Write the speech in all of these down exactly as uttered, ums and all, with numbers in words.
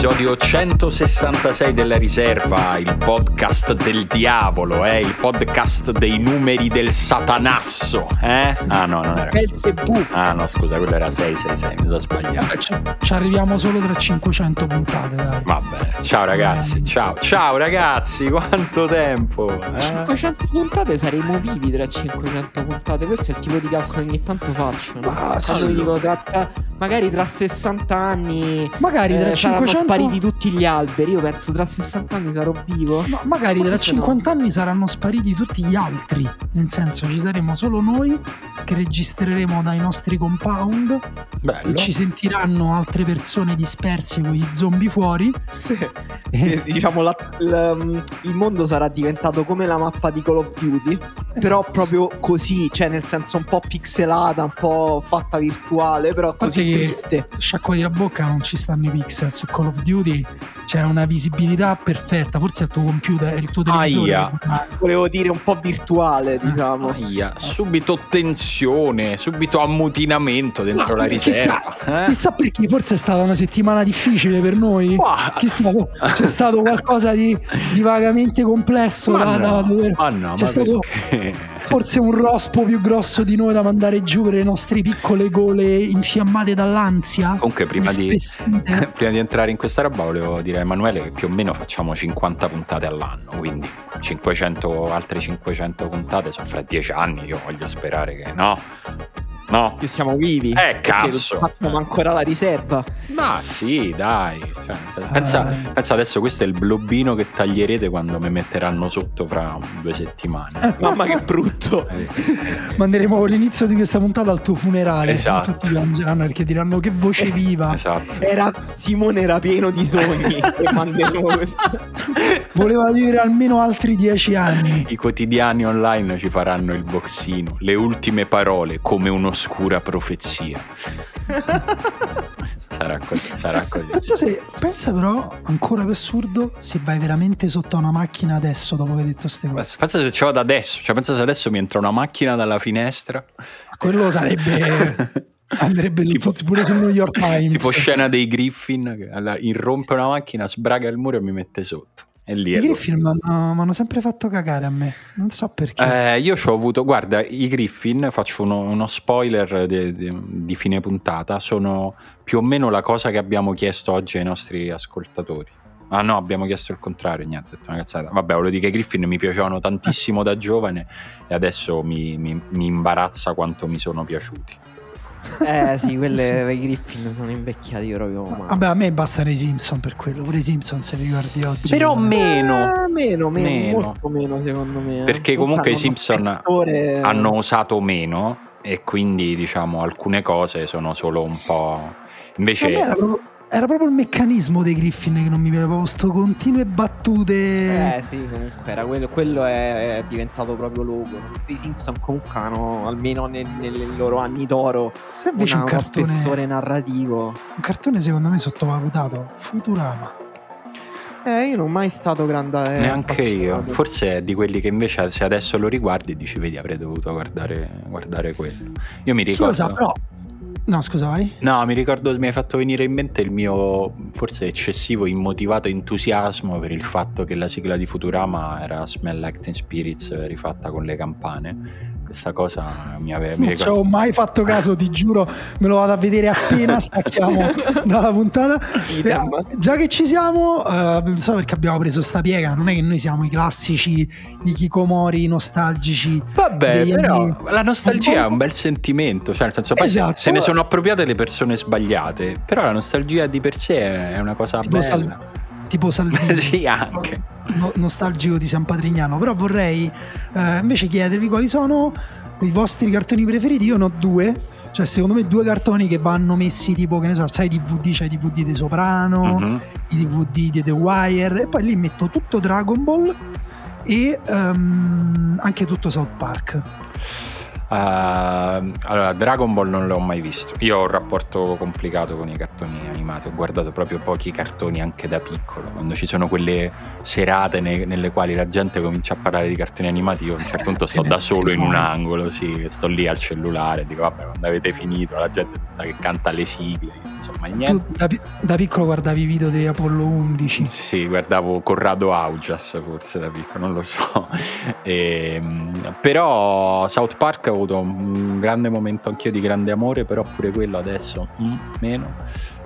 Episodio centosessantasei della Riserva, il podcast del diavolo, eh? Il podcast dei numeri del satanasso, eh? Ah no, non era Belzebù. Ah no, scusa, quello era sei sei sei, mi sono sbagliato. Ci, ci arriviamo solo tra cinquecento puntate, dai. Va bene, ciao ragazzi, ciao, ciao ragazzi, quanto tempo, eh? cinquecento puntate saremo vivi tra cinquecento puntate, questo è il tipo di calcolo che ogni tanto faccio, no? Ah, sì. Quando vi dico tra, tra, magari tra sessanta anni Magari tra eh, saranno cinquecento spariti tutti gli alberi, io penso tra sessanta anni sarò vivo. Ma magari tra Forse cinquanta anni saranno spariti tutti gli altri. Nel senso, ci saremo solo noi che registreremo dai nostri compound. Bello. E ci sentiranno altre persone disperse con gli zombie fuori. Sì. E, diciamo la, la, il mondo sarà diventato come la mappa di Call of Duty, però Esatto. proprio così, cioè nel senso un po' pixelata, un po' fatta virtuale, però così Guarda che triste. sciacquati la bocca, non ci stanno i pixel su Call of Duty. C'è una visibilità perfetta. Forse è il tuo computer, è il tuo televisore. Aia. Volevo dire un po' virtuale, diciamo. Aia, subito tensione, subito ammutinamento dentro No, la riserva. chissà, eh? chissà perché, forse è stata una settimana difficile per noi. Ma- Chissà, c'è stato qualcosa di, di vagamente complesso Ma da, no, da dover. ma no, c'è ma stato perché? forse un rospo più grosso di noi da mandare giù per le nostre piccole gole infiammate dall'ansia. Comunque prima di, spessite. prima di entrare in questa roba volevo dire a Emanuele che più o meno facciamo cinquanta puntate all'anno, quindi cinquecento, altre cinquecento puntate sono fra dieci anni, io voglio sperare che no, no, Che siamo vivi. eh Perché cazzo, facciamo ancora la riserva. ma sì dai, cioè, pensa, Eh. pensa adesso questo è il blobbino che taglierete quando mi metteranno sotto fra due settimane. Mamma che brutto. Eh, Manderemo l'inizio di questa puntata al tuo funerale. Esatto. Tutti piangeranno perché diranno che voce viva. esatto. Era, Simone era pieno di sogni e manderemo questo. Voleva vivere almeno altri dieci anni. I quotidiani online ci faranno il boxino, le ultime parole come un'oscura profezia. Sarà così, sarà così. Pensa, se, pensa però, ancora più assurdo, se vai veramente sotto a una macchina adesso dopo aver detto queste cose. Pensa se ci vado adesso, cioè pensa se adesso mi entra una macchina dalla finestra. Quello sarebbe... andrebbe su Tipo- tutti, pure sul New York Times. Tipo scena dei Griffin che alla- irrompe una macchina, sbraga il muro e mi mette sotto. E lì I è Griffin mi hanno sempre fatto cagare a me, non so perché. Eh, io ci ho avuto, guarda, i Griffin, faccio uno, uno spoiler de- de- di fine puntata, sono più o meno la cosa che abbiamo chiesto oggi ai nostri ascoltatori. Ah no, abbiamo chiesto il contrario, niente, ho detto una cazzata. Vabbè, volevo dire che i Griffin mi piacevano tantissimo da giovane e adesso mi, mi- mi imbarazza quanto mi sono piaciuti. Eh sì, quelle i Griffin sono invecchiati proprio male. Vabbè, a me bastano i Simpson per quello, pure i Simpson se li guardi oggi. Però eh, meno, Eh, meno, meno, Meno. molto meno secondo me. perché comunque i Hanno uno Simpson spessore- hanno usato meno e quindi diciamo alcune cose sono solo un po'... a Invece... me era proprio, era proprio il meccanismo dei Griffin che non mi piaceva, sto continue battute. Eh sì, comunque era quello, quello è, è diventato proprio logo. I Simpson comunque hanno, almeno nel- nei loro anni d'oro, E invece una- un uno cartone, spessore narrativo. un cartone secondo me sottovalutato, Futurama. Eh, io non mai stato grande. Neanche io, appassionato. forse è di quelli che invece se adesso lo riguardi dici vedi avrei dovuto guardare, guardare quello. Io mi Chi lo ricordo... sa, però... No, scusa, vai. No, mi ricordo, mi hai fatto venire in mente il mio forse eccessivo, immotivato entusiasmo per il fatto che la sigla di Futurama era Smell Like Teen Spirits rifatta con le campane. Questa cosa mi aveva... mi Non ci ricordo- ho mai fatto caso, ti giuro, me lo vado a vedere appena stacchiamo dalla puntata. Idem. Eh, già che ci siamo, eh, non so perché abbiamo preso sta piega, non è che noi siamo i classici hikikomori nostalgici. Vabbè, degli però anni- la nostalgia è un bel sentimento, cioè nel senso poi se- Esatto. se ne sono appropriate le persone sbagliate, però la nostalgia di per sé è una cosa Tipo, bella. Sal- tipo Salvini. Sì, anche. No- nostalgico di San Patrignano. Però vorrei eh, invece chiedervi quali sono i vostri cartoni preferiti. Io ne ho due. Cioè secondo me due cartoni che vanno messi tipo, che ne so, sai, i D V D, c'è i D V D di Soprano, Mhm. i D V D di The Wire, e poi lì metto tutto Dragon Ball e ehm, anche tutto South Park. Uh, allora, Dragon Ball non l'ho mai visto. Io ho un rapporto complicato con i cartoni animati. Ho guardato proprio pochi cartoni anche da piccolo. Quando ci sono quelle serate ne- nelle quali la gente comincia a parlare di cartoni animati, io a un certo punto sto da solo in un angolo, sì, sto lì al cellulare, dico vabbè, quando avete finito, la gente tutta che canta le sigle, io insomma niente. Tu da, da piccolo guardavi i video di Apollo undici? Sì, guardavo Corrado Augias forse da piccolo, non lo so. E, però South Park ha avuto un grande momento anch'io di grande amore, però pure quello adesso mm, meno.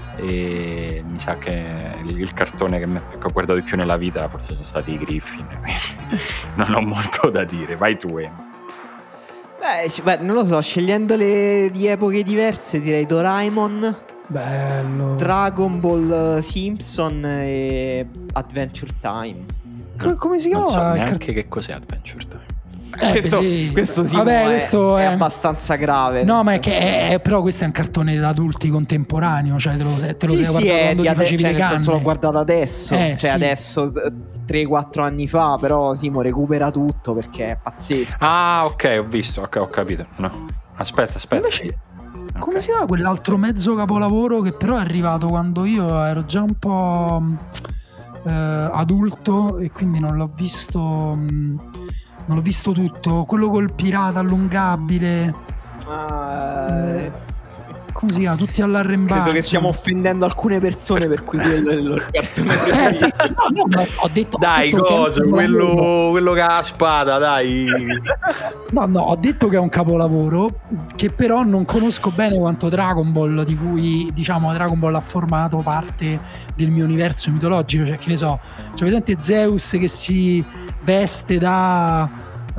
E mi sa che il cartone che, mi, che ho guardato di più nella vita forse sono stati i Griffin, non ho molto da dire. Vai tu, Emo. Beh, beh, non lo so, scegliendole di epoche diverse direi Doraemon, bello, Dragon Ball, Simpson e Adventure Time. Co- come si chiama? Non so il neanche cart- che cos'è Adventure Time. Eh, questo, perché- questo sì, Vabbè, è, questo è è- abbastanza grave. No, ma è che è, è- però questo è un cartone da adulti contemporaneo, cioè te lo, te lo sì, sei sì, guardato è quando di ti ade- facevi cioè, le nel senso l'ho canne. guardato adesso, Eh, cioè sì. adesso tre quattro anni fa, però Simo recupera tutto perché è pazzesco. Ah, ok, ho visto, ok, ho capito. No. Aspetta, aspetta. Invece, come Ok. si chiama quell'altro mezzo capolavoro che però è arrivato quando io ero già un po' eh, adulto e quindi non l'ho visto mh, non l'ho visto tutto, quello col pirata allungabile, Ah, eh, come si chiama? Tutti all'arrembaggio. credo che stiamo offendendo alcune persone per cui quello è il loro cartone Eh, preferito. sì, sì, no, no, no, ho detto, ho Dai, detto che è un cosa? capolavoro. Quello, quello che ha la spada, dai. No, no, ho detto che è un capolavoro che però non conosco bene quanto Dragon Ball, di cui diciamo Dragon Ball ha formato parte del mio universo mitologico, cioè che ne so, c'è presente Zeus che si veste da,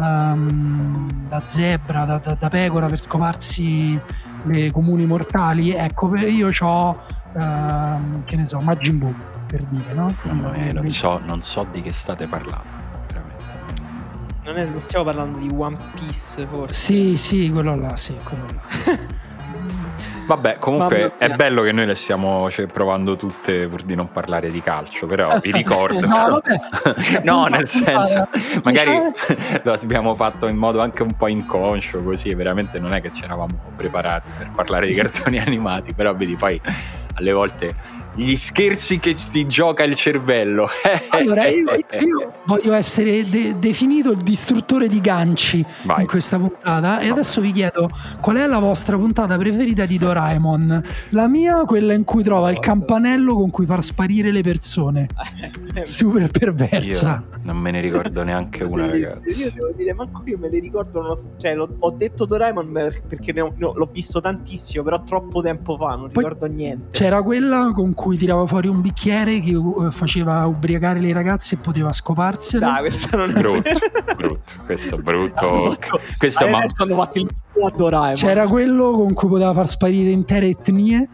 um, da zebra, da, da, da pecora per scoparsi le comuni mortali, ecco, per- io c'ho um, che ne so, Majin Buu, per dire, no? Mamma mia, non so, non so di che state parlando, veramente. Non, è, non stiamo parlando di One Piece, forse. Sì, sì, quello là, sì, quello là. Vabbè, comunque Mamma è mia. bello che noi le stiamo cioè, provando tutte pur di non parlare di calcio, però vi ricordo. No, vabbè. No, Puntata- nel senso, puntata- magari lo abbiamo fatto in modo anche un po' inconscio, così veramente non è che ci eravamo preparati per parlare di cartoni animati, però vedi poi alle volte gli scherzi che si gioca il cervello. Allora, io, io voglio essere de- definito il distruttore di ganci Vai. in questa puntata e adesso vi chiedo qual è la vostra puntata preferita di Doraemon. La mia, quella in cui trova il campanello con cui far sparire le persone. Super perversa. Io non me ne ricordo neanche una, ragazzi. Io devo dire, manco io me le ricordo, non ho- cioè l'ho- ho detto Doraemon per- perché ne ho- ne ho- l'ho visto tantissimo, però troppo tempo fa, non Poi ricordo niente. C'era quella con cui tirava fuori un bicchiere che uh, faceva ubriacare le ragazze e poteva scoparsele. Dai, questo non è Brutto, brutto, questo brutto. Questo ma... adesso hanno fatto il c***o a Doraemon. C'era quello con cui poteva far sparire intere etnie.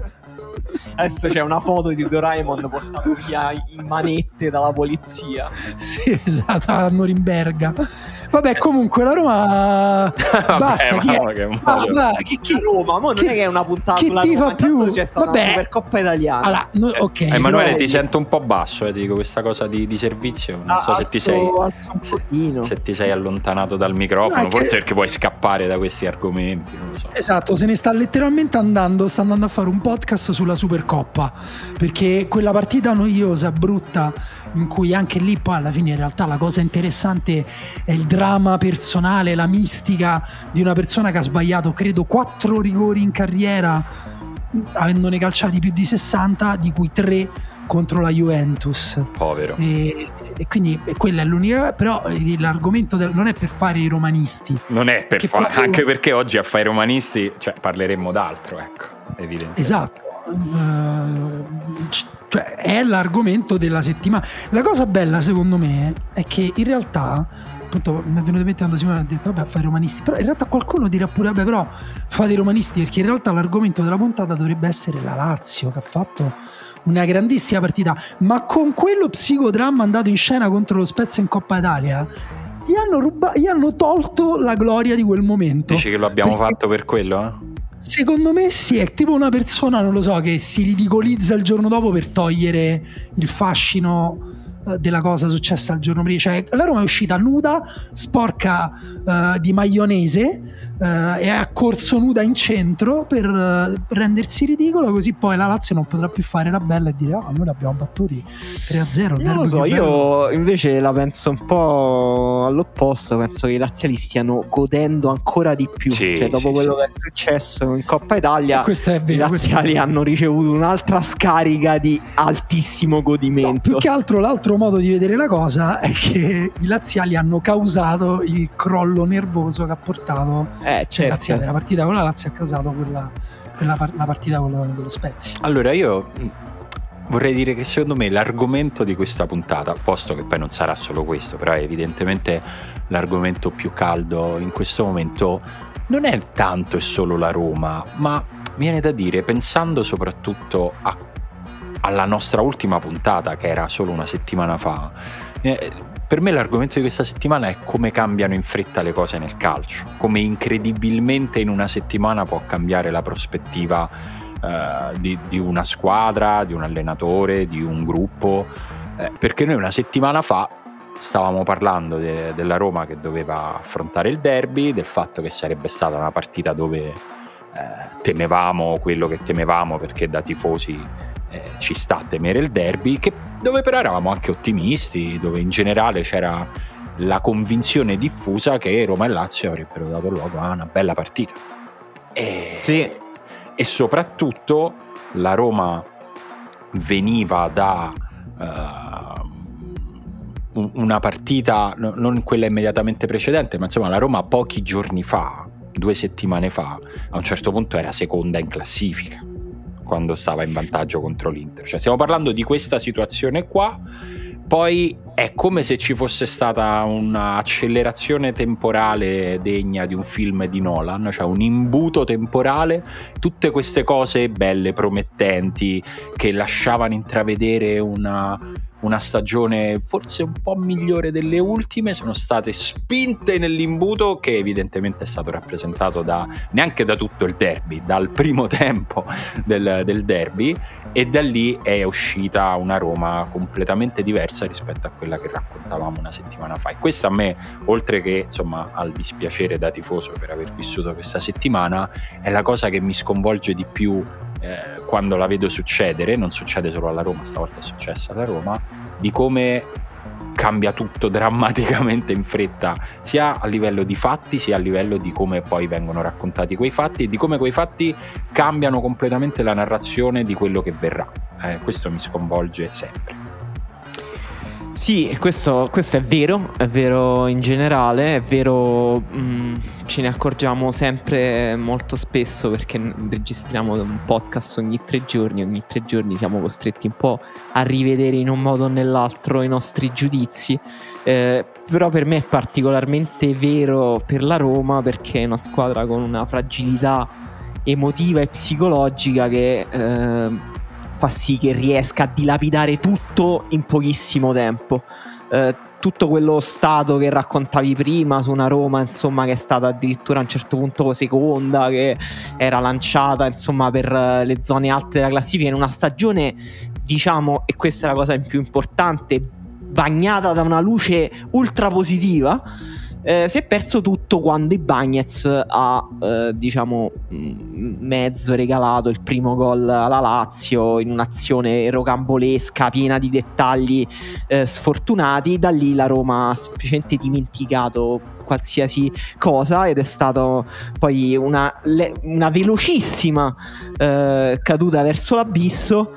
Adesso c'è una foto di Doraemon portato via in manette dalla polizia. Sì, esatto, a Norimberga. Vabbè, comunque la Roma basta. ma Chi è? no, che modo. Ah, va, chi, chi- A Roma, ma non chi- è che è una puntata chi sulla ti Roma, fa più? intanto c'è stata Vabbè. una Supercoppa italiana. Allora, no, ok. Emanuele, però- ti sento un po' basso, eh, ti dico questa cosa di, di servizio. Non Ah, so se ti sei, alzo- alzo un se, pochino. se ti sei allontanato dal microfono, No, è che- forse perché vuoi scappare da questi argomenti, non lo so. Esatto, se ne sta letteralmente andando, sta andando a fare un podcast sulla Supercoppa, perché quella partita noiosa, brutta, in cui anche lì poi alla fine in realtà la cosa interessante è il dramma personale, la mistica di una persona che ha sbagliato credo quattro rigori in carriera, avendone calciati più di sessanta, di cui tre contro la Juventus. Povero. E, e quindi e quella è l'unica, però eh, l'argomento del, non è per fare i romanisti. Non è per Che fa- proprio- anche perché oggi a fare i romanisti, cioè, parleremmo d'altro, ecco, evidente. Esatto. Eh, c- cioè è l'argomento della settimana. La cosa bella secondo me è che in realtà appunto mi è venuto in mente quando Simone ha detto vabbè fare i romanisti, però in realtà qualcuno dirà pure vabbè però fate i romanisti, perché in realtà l'argomento della puntata dovrebbe essere la Lazio, che ha fatto una grandissima partita, ma con quello psicodramma andato in scena contro lo Spezia in Coppa Italia gli hanno, ruba- gli hanno tolto la gloria di quel momento. Dici che lo abbiamo Perché- fatto per quello, eh? Secondo me sì, è tipo una persona, non lo so, che si ridicolizza il giorno dopo per togliere il fascino eh, della cosa successa il giorno prima. Cioè la Roma è uscita nuda, sporca eh, di maionese eh, e ha corso nuda in centro per eh, rendersi ridicola, così poi la Lazio non potrà più fare la bella e dire ah, noi l'abbiamo battuti tre a zero. Non lo so, io invece la penso un po' proprio all'opposto, penso che i laziali stiano godendo ancora di più, Sì, cioè dopo sì, quello sì, che è successo in Coppa Italia, E questo è i vero, questo è laziali vero. hanno ricevuto un'altra scarica di altissimo No, godimento. più che altro l'altro modo di vedere la cosa è che i laziali hanno causato il crollo nervoso che ha portato Eh, cioè, certo. laziale, la partita con la Lazio ha causato quella, quella par- la partita con lo, con lo Spezia. Allora io mh, vorrei dire che secondo me l'argomento di questa puntata, posto che poi non sarà solo questo, però è evidentemente l'argomento più caldo in questo momento, non è tanto e solo la Roma, ma viene da dire, pensando soprattutto a, alla nostra ultima puntata che era solo una settimana fa, eh, per me l'argomento di questa settimana è come cambiano in fretta le cose nel calcio, come incredibilmente in una settimana può cambiare la prospettiva eh, di, di una squadra, di un allenatore, di un gruppo, eh, perché noi una settimana fa stavamo parlando de, della Roma che doveva affrontare il derby, del fatto che sarebbe stata una partita dove eh, temevamo quello che temevamo, perché da tifosi eh, ci sta a temere il derby, che, dove però eravamo anche ottimisti, dove in generale c'era la convinzione diffusa che Roma e Lazio avrebbero dato luogo a una bella partita. E, Sì. e soprattutto la Roma veniva da uh, una partita, no, non quella immediatamente precedente, ma insomma la Roma pochi giorni fa, due settimane fa, a un certo punto era seconda in classifica quando stava in vantaggio contro l'Inter. Cioè stiamo parlando di questa situazione qua. Poi è come se ci fosse stata un'accelerazione temporale degna di un film di Nolan, cioè un imbuto temporale, tutte queste cose belle, promettenti, che lasciavano intravedere una, una stagione forse un po' migliore delle ultime, sono state spinte nell'imbuto che evidentemente è stato rappresentato da neanche da tutto il derby, dal primo tempo del, del derby, e da lì è uscita una Roma completamente diversa rispetto a quella che raccontavamo una settimana fa. E questa a me, oltre che insomma al dispiacere da tifoso per aver vissuto questa settimana, è la cosa che mi sconvolge di più eh, quando la vedo succedere. Non succede solo alla Roma, stavolta è successa alla Roma, di come cambia tutto drammaticamente in fretta, sia a livello di fatti sia a livello di come poi vengono raccontati quei fatti e di come quei fatti cambiano completamente la narrazione di quello che verrà. Eh, questo mi sconvolge sempre. Sì, questo, questo è vero, è vero in generale, è vero, mh, ce ne accorgiamo sempre molto spesso perché registriamo un podcast ogni tre giorni, ogni tre giorni siamo costretti un po' a rivedere in un modo o nell'altro i nostri giudizi, eh, però per me è particolarmente vero per la Roma perché è una squadra con una fragilità emotiva e psicologica che... Eh, fa sì che riesca a dilapidare tutto in pochissimo tempo. Eh, tutto quello stato che raccontavi prima su una Roma, insomma, che è stata addirittura a un certo punto seconda, che era lanciata, insomma, per le zone alte della classifica in una stagione, diciamo, e questa è la cosa in più importante, bagnata da una luce ultra positiva. Eh, si è perso tutto quando Ibañez ha eh, diciamo mezzo regalato il primo gol alla Lazio in un'azione rocambolesca piena di dettagli eh, sfortunati. Da lì la Roma ha semplicemente dimenticato qualsiasi cosa ed è stato poi una, le, una velocissima eh, caduta verso l'abisso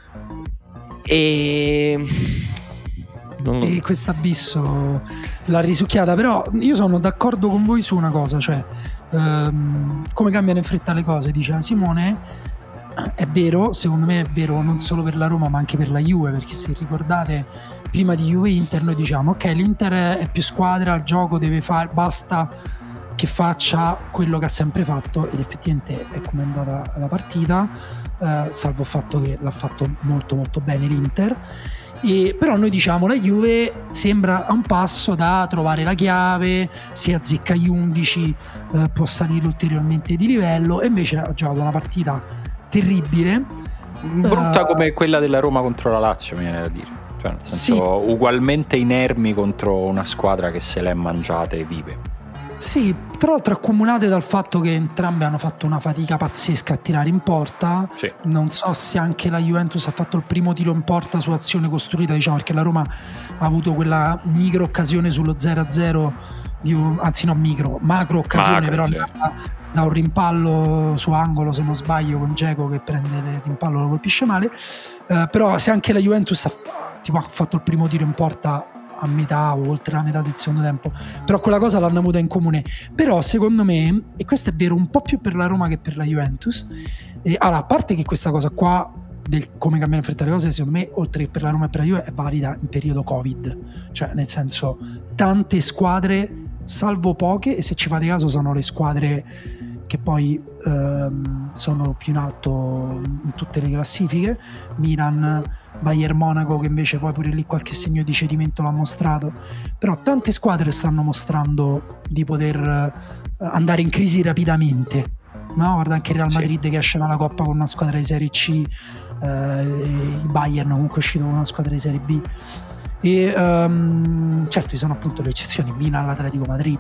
e... e questo abisso l'ha risucchiata. Però io sono d'accordo con voi su una cosa, cioè ehm, come cambiano in fretta le cose, dice Simone. È vero, secondo me è vero non solo per la Roma ma anche per la Juve, perché se ricordate prima di Juve-Inter noi diciamo ok, l'Inter è più squadra, il gioco deve fare, basta che faccia quello che ha sempre fatto, ed effettivamente è come è andata la partita, eh, salvo il fatto che l'ha fatto molto molto bene l'Inter. E però noi diciamo la Juve sembra a un passo da trovare la chiave, se azzecca gli undici eh, può salire ulteriormente di livello, e invece ha giocato una partita terribile, brutta uh, come quella della Roma contro la Lazio, mi viene da dire, cioè nel senso sì. ugualmente inermi contro una squadra che se l'è mangiata e vive. Sì, tra l'altro accomunate dal fatto che entrambe hanno fatto una fatica pazzesca a tirare in porta. Sì. Non so se anche la Juventus ha fatto il primo tiro in porta su azione costruita, diciamo, perché la Roma ha avuto quella micro occasione sullo zero a zero, di un, anzi no micro, macro occasione, macro, però sì. da, da un rimpallo su angolo, se non sbaglio, con Dzeko che prende il rimpallo, lo colpisce male. Uh, però se anche la Juventus ha, tipo, ha fatto il primo tiro in porta a metà o oltre la metà del secondo tempo, però quella cosa l'hanno avuta in comune. Però secondo me, e questo è vero un po' più per la Roma che per la Juventus, e, allora, a parte che questa cosa qua del come cambiare in fretta le cose, secondo me oltre che per la Roma e per la Juve è valida in periodo Covid, cioè nel senso tante squadre, salvo poche, e se ci fate caso sono le squadre che poi ehm, sono più in alto in tutte le classifiche, Milan, Bayern Monaco, che invece poi pure lì qualche segno di cedimento l'ha mostrato, però tante squadre stanno mostrando di poter eh, andare in crisi rapidamente, no? Guarda anche il Real Madrid sì. che esce dalla Coppa con una squadra di Serie C, eh, il Bayern comunque è uscito con una squadra di Serie B, e um, certo ci sono appunto le eccezioni, Milan, l'Atletico Madrid,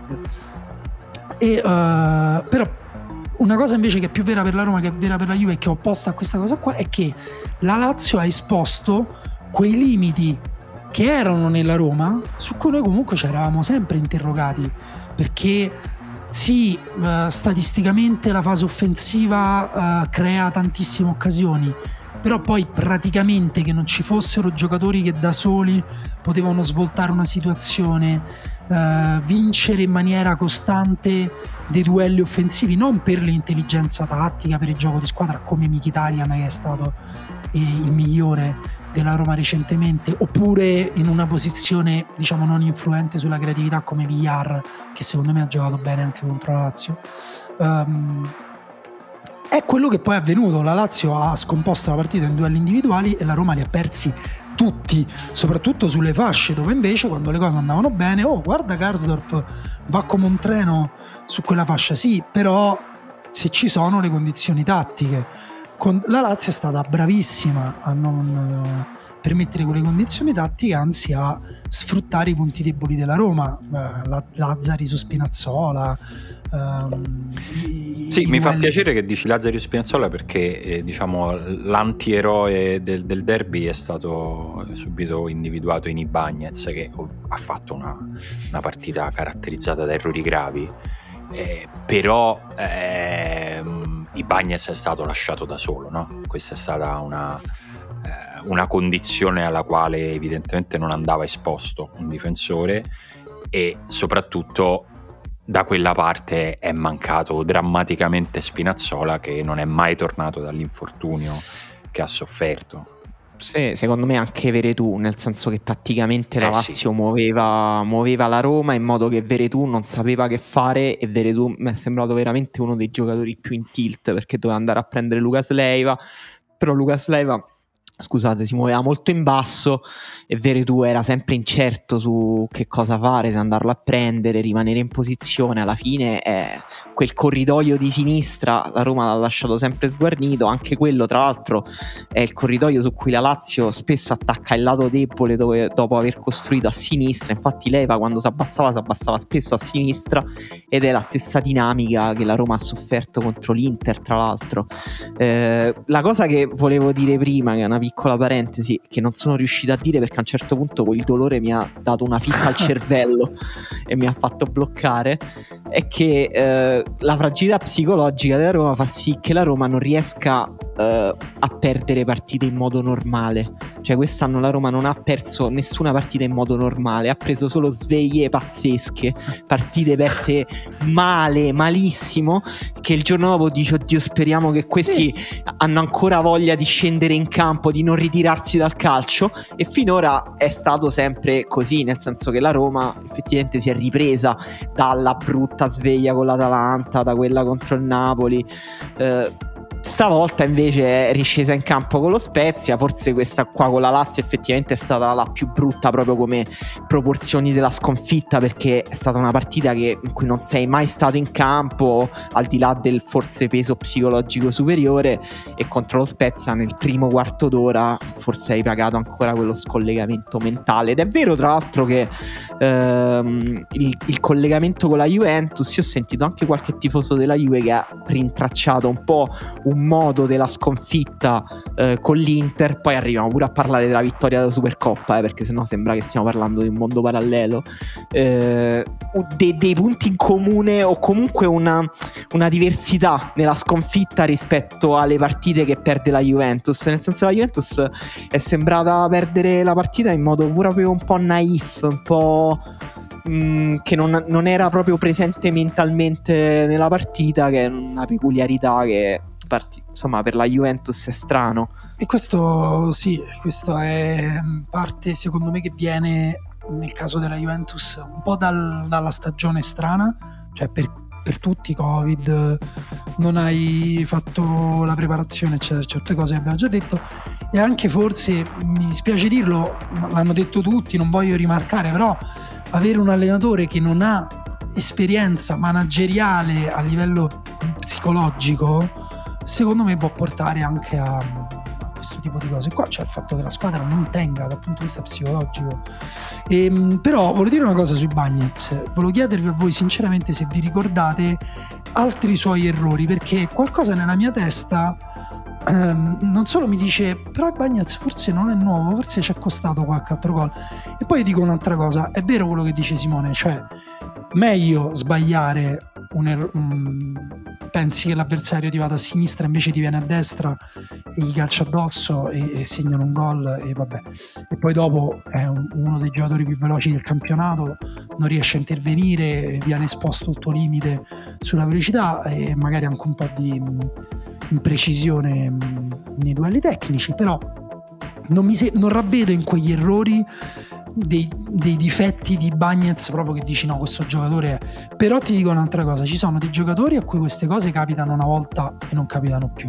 e, uh, però una cosa invece che è più vera per la Roma che è vera per la Juve e che è opposta a questa cosa qua è che la Lazio ha esposto quei limiti che erano nella Roma, su cui noi comunque ci eravamo sempre interrogati, perché sì, uh, statisticamente la fase offensiva uh, crea tantissime occasioni, però poi praticamente che non ci fossero giocatori che da soli potevano svoltare una situazione, Uh, vincere in maniera costante dei duelli offensivi, non per l'intelligenza tattica, per il gioco di squadra come Mkhitaryan, che è stato eh, il migliore della Roma recentemente, oppure in una posizione diciamo non influente sulla creatività come Villar, che secondo me ha giocato bene anche contro la Lazio. Um, è quello che poi è avvenuto. La Lazio ha scomposto la partita in duelli individuali e la Roma li ha persi tutti, soprattutto sulle fasce, dove invece quando le cose andavano bene, oh guarda Karsdorp va come un treno su quella fascia, sì, però se ci sono le condizioni tattiche, con la Lazio è stata bravissima a non eh, permettere quelle condizioni tattiche, anzi a sfruttare i punti deboli della Roma, eh, la, Lazzari su Spinazzola. Um, i, sì, i mi duelli... fa piacere che dici Lazzari su Spinazzola, perché eh, diciamo l'antieroe del, del derby è stato subito individuato in Ibañez, che ha fatto una, una partita caratterizzata da errori gravi, eh, però eh, Ibañez è stato lasciato da solo, no? Questa è stata una una condizione alla quale evidentemente non andava esposto un difensore, e soprattutto da quella parte è mancato drammaticamente Spinazzola, che non è mai tornato dall'infortunio che ha sofferto. Sì, secondo me anche Veretù, nel senso che tatticamente la eh Lazio sì. muoveva, muoveva la Roma in modo che Veretù non sapeva che fare, e Veretù mi è sembrato veramente uno dei giocatori più in tilt, perché doveva andare a prendere Lucas Leiva, però Lucas Leiva, scusate, si muoveva molto in basso e Veretù era sempre incerto su che cosa fare, se andarlo a prendere, rimanere in posizione. Alla fine eh, quel corridoio di sinistra la Roma l'ha lasciato sempre sguarnito, anche quello tra l'altro è il corridoio su cui la Lazio spesso attacca il lato debole, dove, dopo aver costruito a sinistra. Infatti Leiva quando si abbassava si abbassava spesso a sinistra, ed è la stessa dinamica che la Roma ha sofferto contro l'Inter tra l'altro. Eh, la cosa che volevo dire prima, che è una piccola parentesi che non sono riuscito a dire perché a un certo punto quel dolore mi ha dato una fitta al cervello e mi ha fatto bloccare, è che eh, la fragilità psicologica della Roma fa sì che la Roma non riesca eh, a perdere partite in modo normale. Cioè quest'anno la Roma non ha perso nessuna partita in modo normale, ha preso solo sveglie pazzesche, partite perse male, malissimo, che il giorno dopo dice oddio speriamo che questi sì. hanno ancora voglia di scendere in campo, di non ritirarsi dal calcio, e finora è stato sempre così, nel senso che la Roma effettivamente si è ripresa dalla brutta sveglia con l'Atalanta, da quella contro il Napoli, eh, stavolta invece è riscesa in campo con lo Spezia. Forse questa qua con la Lazio effettivamente è stata la più brutta proprio come proporzioni della sconfitta, perché è stata una partita che, in cui non sei mai stato in campo, al di là del forse peso psicologico superiore, e contro lo Spezia nel primo quarto d'ora forse hai pagato ancora quello scollegamento mentale. Ed è vero tra l'altro che ehm, il, il collegamento con la Juventus, io ho sentito anche qualche tifoso della Juve che ha rintracciato un po' un modo della sconfitta eh, con l'Inter. Poi arriviamo pure a parlare della vittoria della Supercoppa, eh, perché sennò sembra che stiamo parlando di un mondo parallelo, eh, dei, dei punti in comune o comunque una, una diversità nella sconfitta rispetto alle partite che perde la Juventus, nel senso che la Juventus è sembrata perdere la partita in modo proprio un po' naif, un po' mh, che non, non era proprio presente mentalmente nella partita, che è una peculiarità che Parti, insomma, per la Juventus è strano. E questo sì, questo è parte secondo me che viene nel caso della Juventus un po' dal, dalla stagione strana, cioè per, per tutti Covid, non hai fatto la preparazione eccetera, certe cose che abbiamo già detto, e anche forse, mi dispiace dirlo, l'hanno detto tutti, non voglio rimarcare, però avere un allenatore che non ha esperienza manageriale a livello psicologico secondo me può portare anche a, a questo tipo di cose qua, cioè il fatto che la squadra non tenga dal punto di vista psicologico. E, però volevo dire una cosa sui Bagnez, volevo chiedervi a voi sinceramente se vi ricordate altri suoi errori, perché qualcosa nella mia testa ehm, non solo mi dice però il Bagnez forse non è nuovo, forse ci è costato qualche altro gol, e poi dico un'altra cosa, è vero quello che dice Simone, cioè meglio sbagliare un er- um, pensi che l'avversario ti vada a sinistra invece ti viene a destra e gli calcia addosso e, e segnano un gol e vabbè, e poi dopo è un, uno dei giocatori più veloci del campionato, non riesce a intervenire, viene esposto al tuo limite sulla velocità e magari anche un po' di um, imprecisione um, nei duelli tecnici, però non, mi se- non ravvedo in quegli errori Dei, dei difetti di Bagnez proprio che dici no, questo giocatore è... Però ti dico un'altra cosa, ci sono dei giocatori a cui queste cose capitano una volta e non capitano più.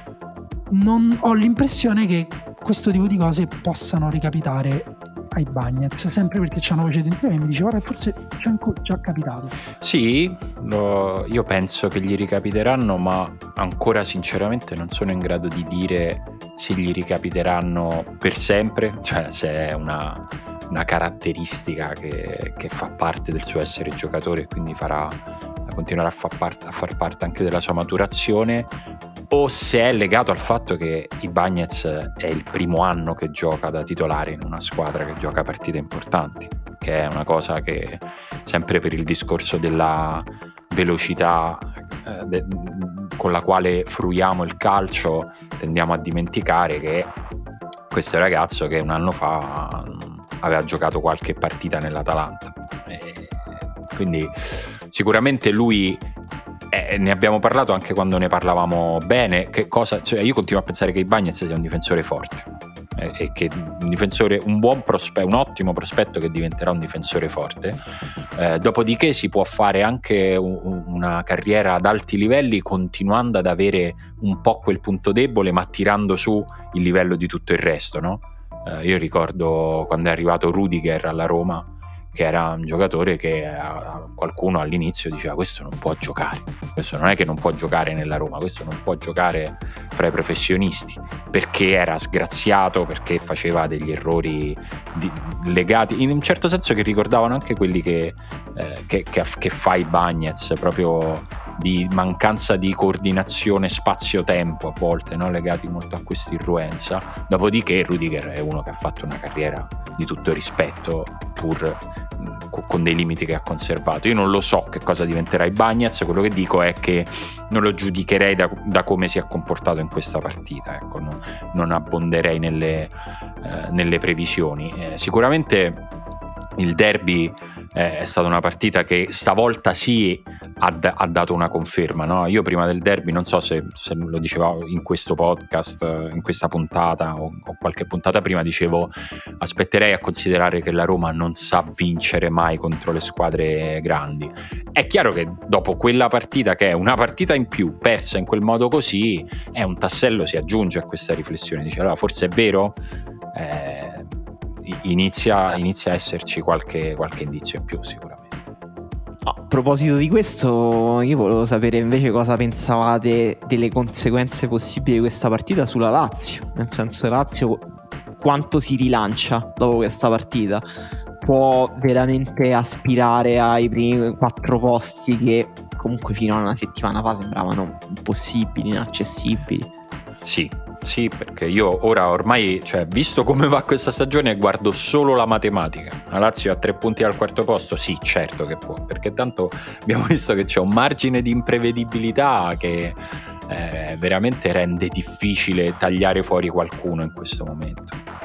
Non ho l'impressione che questo tipo di cose possano ricapitare ai Bagnez, sempre perché c'è una voce dentro e mi dice guarda forse c'è anche già capitato. Sì, lo, io penso che gli ricapiteranno, ma ancora sinceramente non sono in grado di dire se gli ricapiteranno per sempre, cioè se è una una caratteristica che, che fa parte del suo essere giocatore e quindi farà continuerà a far parte, a far parte anche della sua maturazione, o se è legato al fatto che Ibañez è il primo anno che gioca da titolare in una squadra che gioca partite importanti, che è una cosa che sempre per il discorso della velocità eh, de, con la quale fruiamo il calcio tendiamo a dimenticare che questo ragazzo che un anno fa aveva giocato qualche partita nell'Atalanta, e quindi sicuramente lui eh, ne abbiamo parlato anche quando ne parlavamo bene, che cosa, cioè io continuo a pensare che Ibañez sia un difensore forte eh, e che un difensore, un buon prospetto, un ottimo prospetto che diventerà un difensore forte, eh, dopodiché si può fare anche un, una carriera ad alti livelli continuando ad avere un po' quel punto debole ma tirando su il livello di tutto il resto, no? Eh, io ricordo quando è arrivato Rudiger alla Roma, che era un giocatore che eh, qualcuno all'inizio diceva questo non può giocare, questo non è che non può giocare nella Roma, questo non può giocare fra i professionisti, perché era sgraziato, perché faceva degli errori di, legati in un certo senso che ricordavano anche quelli che, eh, che, che, che fa Ibañez, proprio di mancanza di coordinazione spazio-tempo a volte, no? Legati molto a questa irruenza. Dopodiché Rudiger è uno che ha fatto una carriera di tutto rispetto, pur con dei limiti che ha conservato. Io non lo so che cosa diventerà Ibañez, quello che dico è che non lo giudicherei da, da come si è comportato in questa partita, ecco, non, non abbonderei nelle, eh, nelle previsioni. Eh, sicuramente il derby eh, è stata una partita che stavolta sì ha, d- ha dato una conferma, no? Io prima del derby, non so se, se lo dicevo in questo podcast, in questa puntata o, o qualche puntata prima, dicevo aspetterei a considerare che la Roma non sa vincere mai contro le squadre grandi. È chiaro che dopo quella partita, che è una partita in più persa in quel modo così, è un tassello, si aggiunge a questa riflessione, dice allora forse è vero, eh, inizia, inizia a esserci qualche, qualche indizio in più sicuramente. A proposito di questo, io volevo sapere invece cosa pensavate delle conseguenze possibili di questa partita sulla Lazio, nel senso Lazio quanto si rilancia dopo questa partita, può veramente aspirare ai primi quattro posti che comunque fino a una settimana fa sembravano impossibili, inaccessibili. Sì, sì, perché io ora ormai, cioè, visto come va questa stagione, guardo solo la matematica. La Lazio a tre punti al quarto posto, sì, certo che può, perché tanto abbiamo visto che c'è un margine di imprevedibilità che eh, veramente rende difficile tagliare fuori qualcuno in questo momento.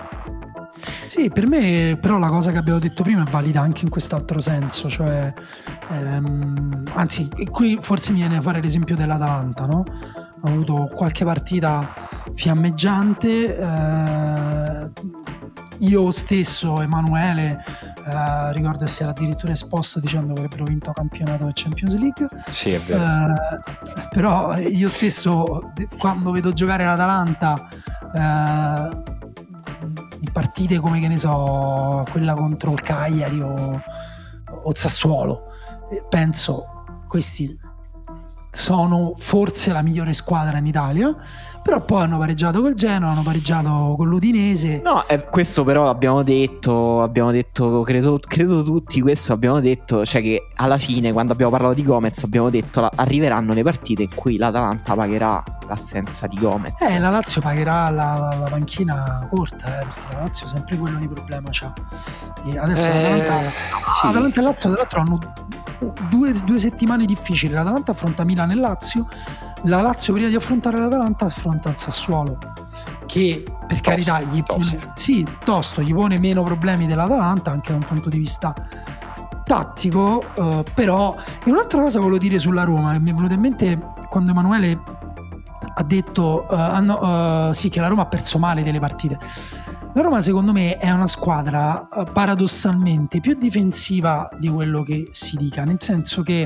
Sì, per me però la cosa che abbiamo detto prima è valida anche in quest'altro senso, cioè ehm, anzi, qui forse mi viene a fare l'esempio dell'Atalanta, no? Ha avuto qualche partita fiammeggiante, eh, io stesso, Emanuele, eh, ricordo che si era addirittura esposto dicendo che avrebbero vinto campionato e Champions League. Sì, è vero. Eh, però io stesso quando vedo giocare l'Atalanta eh, in partite come, che ne so, quella contro il Cagliari o, o Sassuolo, penso questi sono forse la migliore squadra in Italia, però poi hanno pareggiato col Genoa, hanno pareggiato con l'Udinese. No, eh, questo però abbiamo detto, abbiamo detto, credo, credo tutti questo abbiamo detto, cioè che alla fine quando abbiamo parlato di Gomez abbiamo detto la, arriveranno le partite in cui l'Atalanta pagherà l'assenza di Gomez. Eh, la Lazio pagherà la, la, la panchina corta, eh, perché la Lazio sempre quello di problema c'ha. E adesso eh, l'Atalanta, sì. Atalanta e Lazio tra l'altro hanno due, due settimane difficili. L'Atalanta affronta Milan e Lazio, la Lazio prima di affrontare l'Atalanta affronta il Sassuolo, che per tosto, carità gli pone, tosto. sì, tosto, gli pone meno problemi dell'Atalanta anche da un punto di vista tattico, eh, però. E un'altra cosa volevo dire sulla Roma che mi è venuta in mente quando Emanuele ha detto uh, hanno, uh, sì, che la Roma ha perso male delle partite. La Roma secondo me è una squadra uh, paradossalmente più difensiva di quello che si dica, nel senso che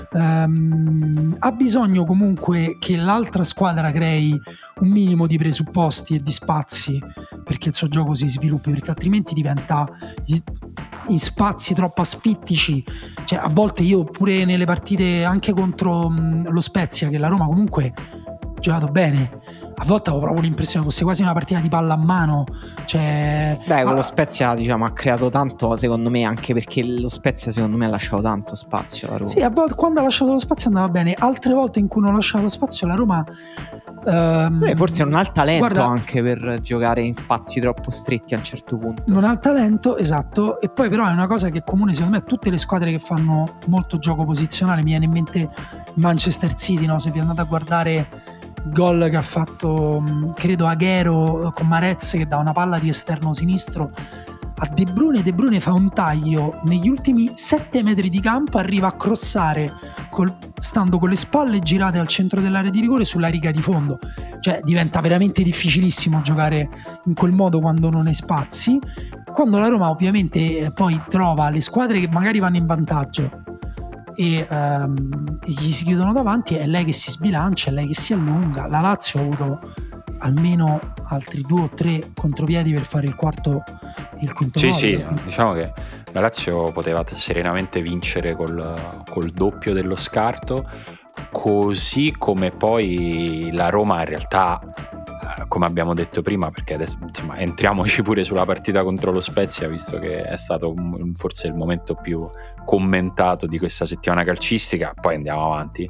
um, ha bisogno comunque che l'altra squadra crei un minimo di presupposti e di spazi perché il suo gioco si sviluppi, perché altrimenti diventa in spazi troppo asfittici. Cioè, a volte io pure nelle partite anche contro um, lo Spezia, che la Roma comunque giocato bene, a volte avevo proprio l'impressione fosse quasi una partita di palla a mano, cioè beh, con ah, lo Spezia diciamo ha creato tanto, secondo me, anche perché lo Spezia secondo me ha lasciato tanto spazio alla Roma. sì, a volte quando ha lasciato lo spazio andava bene, altre volte in cui non ha lasciato lo spazio la Roma ehm, beh, forse non ha il talento, guarda, anche per giocare in spazi troppo stretti a un certo punto. Non ha il talento, esatto. E poi però è una cosa che è comune secondo me a tutte le squadre che fanno molto gioco posizionale. Mi viene in mente Manchester City, no? Se vi andate a guardare gol che ha fatto credo Aguero con Marez, che dà una palla di esterno sinistro a De Bruyne, De Bruyne fa un taglio negli ultimi sette metri di campo, arriva a crossare col, stando con le spalle girate al centro dell'area di rigore sulla riga di fondo. Cioè diventa veramente difficilissimo giocare in quel modo quando non hai spazi. Quando la Roma ovviamente poi trova le squadre che magari vanno in vantaggio e, um, e gli si chiudono davanti, è lei che si sbilancia, è lei che si allunga. La Lazio ha avuto almeno altri due o tre contropiedi per fare il quarto e il quinto sì gol. sì, diciamo che la Lazio poteva serenamente vincere col, col doppio dello scarto, così come poi la Roma in realtà, come abbiamo detto prima, perché adesso insomma, entriamoci pure sulla partita contro lo Spezia, visto che è stato forse il momento più commentato di questa settimana calcistica, poi andiamo avanti.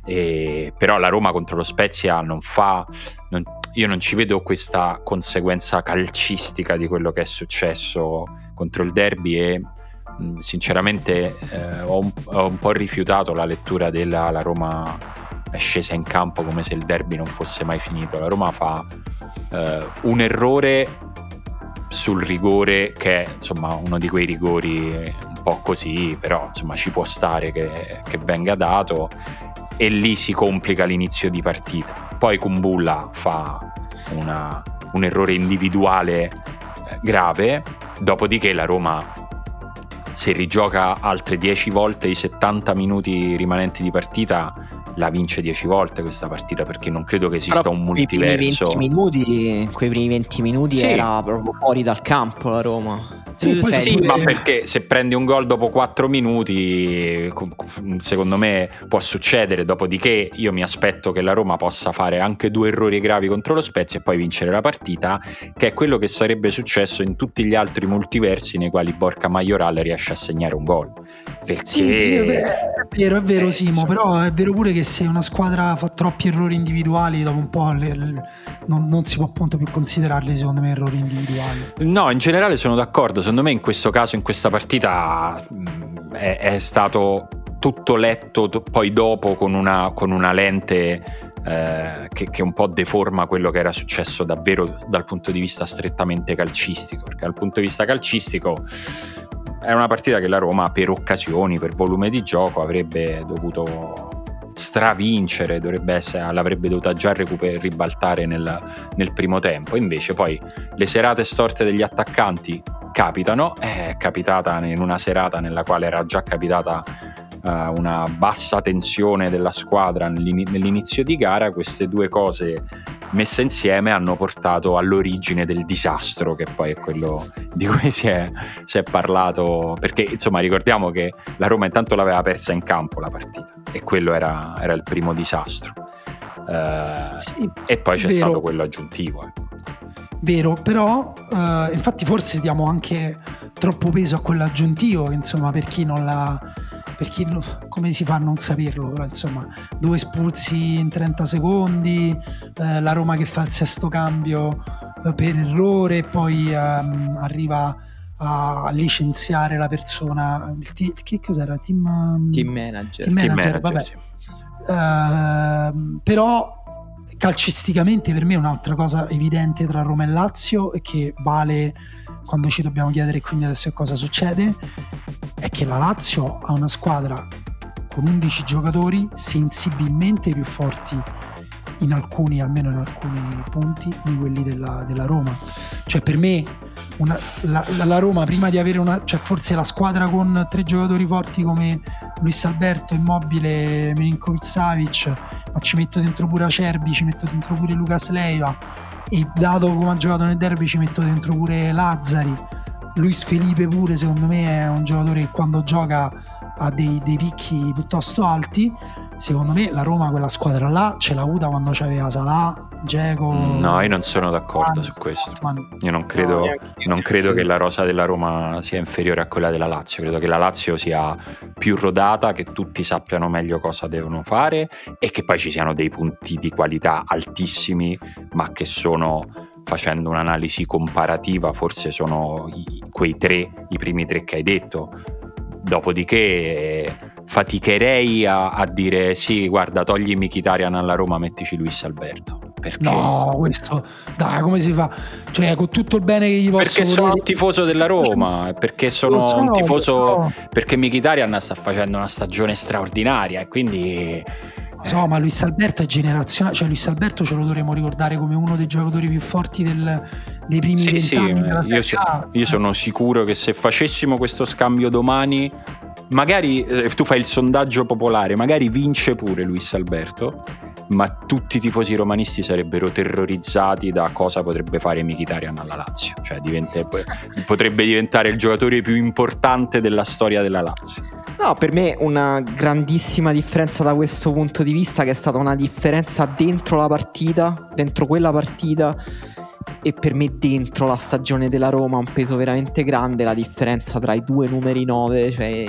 E, però la Roma contro lo Spezia non fa non, io non ci vedo questa conseguenza calcistica di quello che è successo contro il derby e mh, sinceramente eh, ho, un, ho un po' rifiutato la lettura della la Roma è scesa in campo come se il derby non fosse mai finito. La Roma fa eh, un errore sul rigore, che è insomma uno di quei rigori un po' così, però insomma ci può stare che, che venga dato, e lì si complica l'inizio di partita. Poi Kumbulla fa una, un errore individuale eh, grave, dopodiché la Roma, se rigioca altre dieci volte i settanta minuti rimanenti di partita, la vince dieci volte questa partita, perché non credo che esista Però un multiverso. Quei primi venti minuti, quei primi venti minuti sì. era proprio fuori dal campo la Roma. Sì, poi sì, pure... ma perché se prendi un gol dopo quattro minuti, secondo me può succedere. Dopodiché io mi aspetto che la Roma possa fare anche due errori gravi contro lo Spezia e poi vincere la partita, che è quello che sarebbe successo in tutti gli altri multiversi nei quali Borca Majoral riesce a segnare un gol. Perché sì, sì, è vero, è vero, eh, Simo, però è vero pure che se una squadra fa troppi errori individuali, dopo un po' le, le, non, non si può appunto più considerarli, secondo me, errori individuali. No, in generale sono d'accordo. Secondo me in questo caso, in questa partita mh, è, è stato tutto letto t- poi dopo con una, con una lente eh, che, che un po' deforma quello che era successo davvero dal punto di vista strettamente calcistico, perché dal punto di vista calcistico è una partita che la Roma per occasioni, per volume di gioco avrebbe dovuto stravincere, dovrebbe essere, l'avrebbe dovuta già recuper- ribaltare nel, nel primo tempo. Invece poi le serate storte degli attaccanti capitano. È capitata in una serata nella quale era già capitata uh, una bassa tensione della squadra nell'inizio di gara. Queste due cose messe insieme hanno portato all'origine del disastro, che poi è quello di cui si è, si è parlato, perché insomma ricordiamo che la Roma intanto l'aveva persa in campo la partita, e quello era, era il primo disastro. Uh, sì, e poi c'è vero. stato quello aggiuntivo, ecco. Vero, però uh, infatti forse diamo anche troppo peso a quello aggiuntivo, che insomma per chi non l'ha, per chi lo, come si fa a non saperlo, però insomma due espulsi in trenta secondi, uh, la Roma che fa il sesto cambio uh, per errore, poi um, arriva a licenziare la persona, il t- che cos'era? Team, um, team manager, team manager, team manager vabbè. Sì. Uh, però calcisticamente per me un'altra cosa evidente tra Roma e Lazio, e che vale quando ci dobbiamo chiedere quindi adesso cosa succede, è che la Lazio ha una squadra con undici giocatori sensibilmente più forti in alcuni, almeno in alcuni punti, di quelli della, della Roma. Cioè per me una, la, la Roma prima di avere una, cioè forse la squadra con tre giocatori forti come Luis Alberto, Immobile, Milinkovic-Savic, ma ci metto dentro pure Acerbi, ci metto dentro pure Lucas Leiva, e dato come ha giocato nel derby ci metto dentro pure Lazzari, Luis Felipe pure, secondo me è un giocatore che quando gioca ha dei, dei picchi piuttosto alti. Secondo me la Roma quella squadra là ce l'ha avuta quando c'aveva Salah, Dzeko. No, io non sono d'accordo su questo. Io non credo, non credo che la rosa della Roma sia inferiore a quella della Lazio. Credo che la Lazio sia più rodata, che tutti sappiano meglio cosa devono fare, e che poi ci siano dei punti di qualità altissimi, ma che sono, facendo un'analisi comparativa, forse sono i, quei tre, i primi tre che hai detto. Dopodiché eh, faticherei a, a dire sì, guarda, togli Mkhitaryan alla Roma, mettici Luis Alberto. Perché? No, questo dai, come si fa? Cioè, con tutto il bene che gli posso perché sono un tifoso della Roma, perché sono so, un tifoso so. perché Mkhitaryan sta facendo una stagione straordinaria, e quindi so, ma Luis Alberto è generazionale, cioè Luis Alberto ce lo dovremmo ricordare come uno dei giocatori più forti del, dei primi vent'anni sì, sì, della io, Serie A. io sono sicuro che se facessimo questo scambio domani, magari eh, tu fai il sondaggio popolare, magari vince pure Luis Alberto, ma tutti i tifosi romanisti sarebbero terrorizzati da cosa potrebbe fare Mkhitaryan alla Lazio. Cioè diventa, potrebbe diventare il giocatore più importante della storia della Lazio. No, per me una grandissima differenza da questo punto di vista, che è stata una differenza dentro la partita, dentro quella partita, e per me dentro la stagione della Roma un peso veramente grande, la differenza tra i due numeri nove, cioè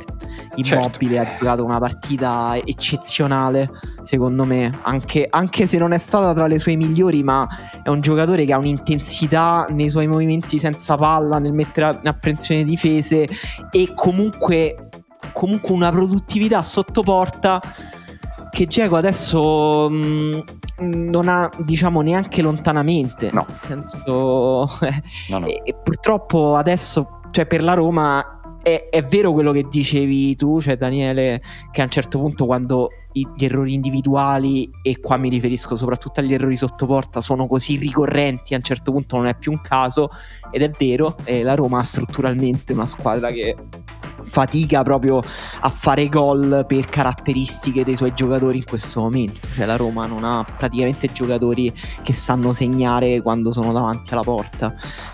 Immobile, certo, ha giocato una partita eccezionale secondo me, anche, anche se non è stata tra le sue migliori, ma è un giocatore che ha un'intensità nei suoi movimenti senza palla, nel mettere in apprensione difese, e comunque comunque una produttività sotto porta che Dzeko adesso mh, non ha, diciamo, neanche lontanamente, no. nel senso no, no. E, e purtroppo adesso, cioè, per la Roma è, è vero quello che dicevi tu, cioè Daniele, che a un certo punto, quando gli errori individuali, e qua mi riferisco soprattutto agli errori sotto porta, sono così ricorrenti, a un certo punto non è più un caso. Ed è vero, eh, la Roma ha strutturalmente una squadra che fatica proprio a fare gol per caratteristiche dei suoi giocatori in questo momento. Cioè la Roma non ha praticamente giocatori che sanno segnare quando sono davanti alla porta,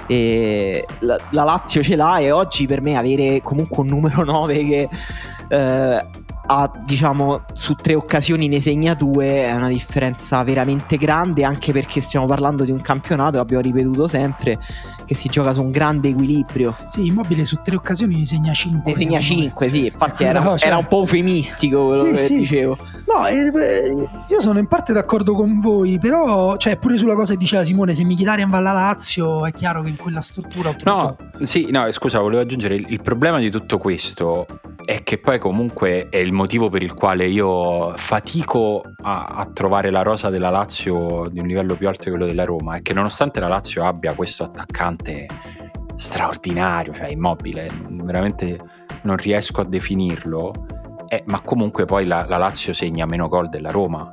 e la, la Lazio ce l'ha, e oggi per me avere comunque un numero nove che eh, ha, diciamo, su tre occasioni ne segna due è una differenza veramente grande, anche perché stiamo parlando di un campionato, l'abbiamo ripetuto sempre, che si gioca su un grande equilibrio. Sì, Immobile su tre occasioni ne segna cinque. Ne segna cinque, sì, infatti era, no, cioè... era un po' eufemistico quello sì, che sì. dicevo. No, eh, io sono in parte d'accordo con voi, però, cioè, pure sulla cosa che diceva Simone, se Mkhitaryan va alla Lazio è chiaro che in quella struttura... No, sì, no, scusa, volevo aggiungere, il, il problema di tutto questo è che poi comunque è il motivo per il quale io fatico a, a trovare la rosa della Lazio di un livello più alto di quello della Roma, è che nonostante la Lazio abbia questo attaccante straordinario, cioè Immobile, veramente non riesco a definirlo, eh, ma comunque poi la, la Lazio segna meno gol della Roma.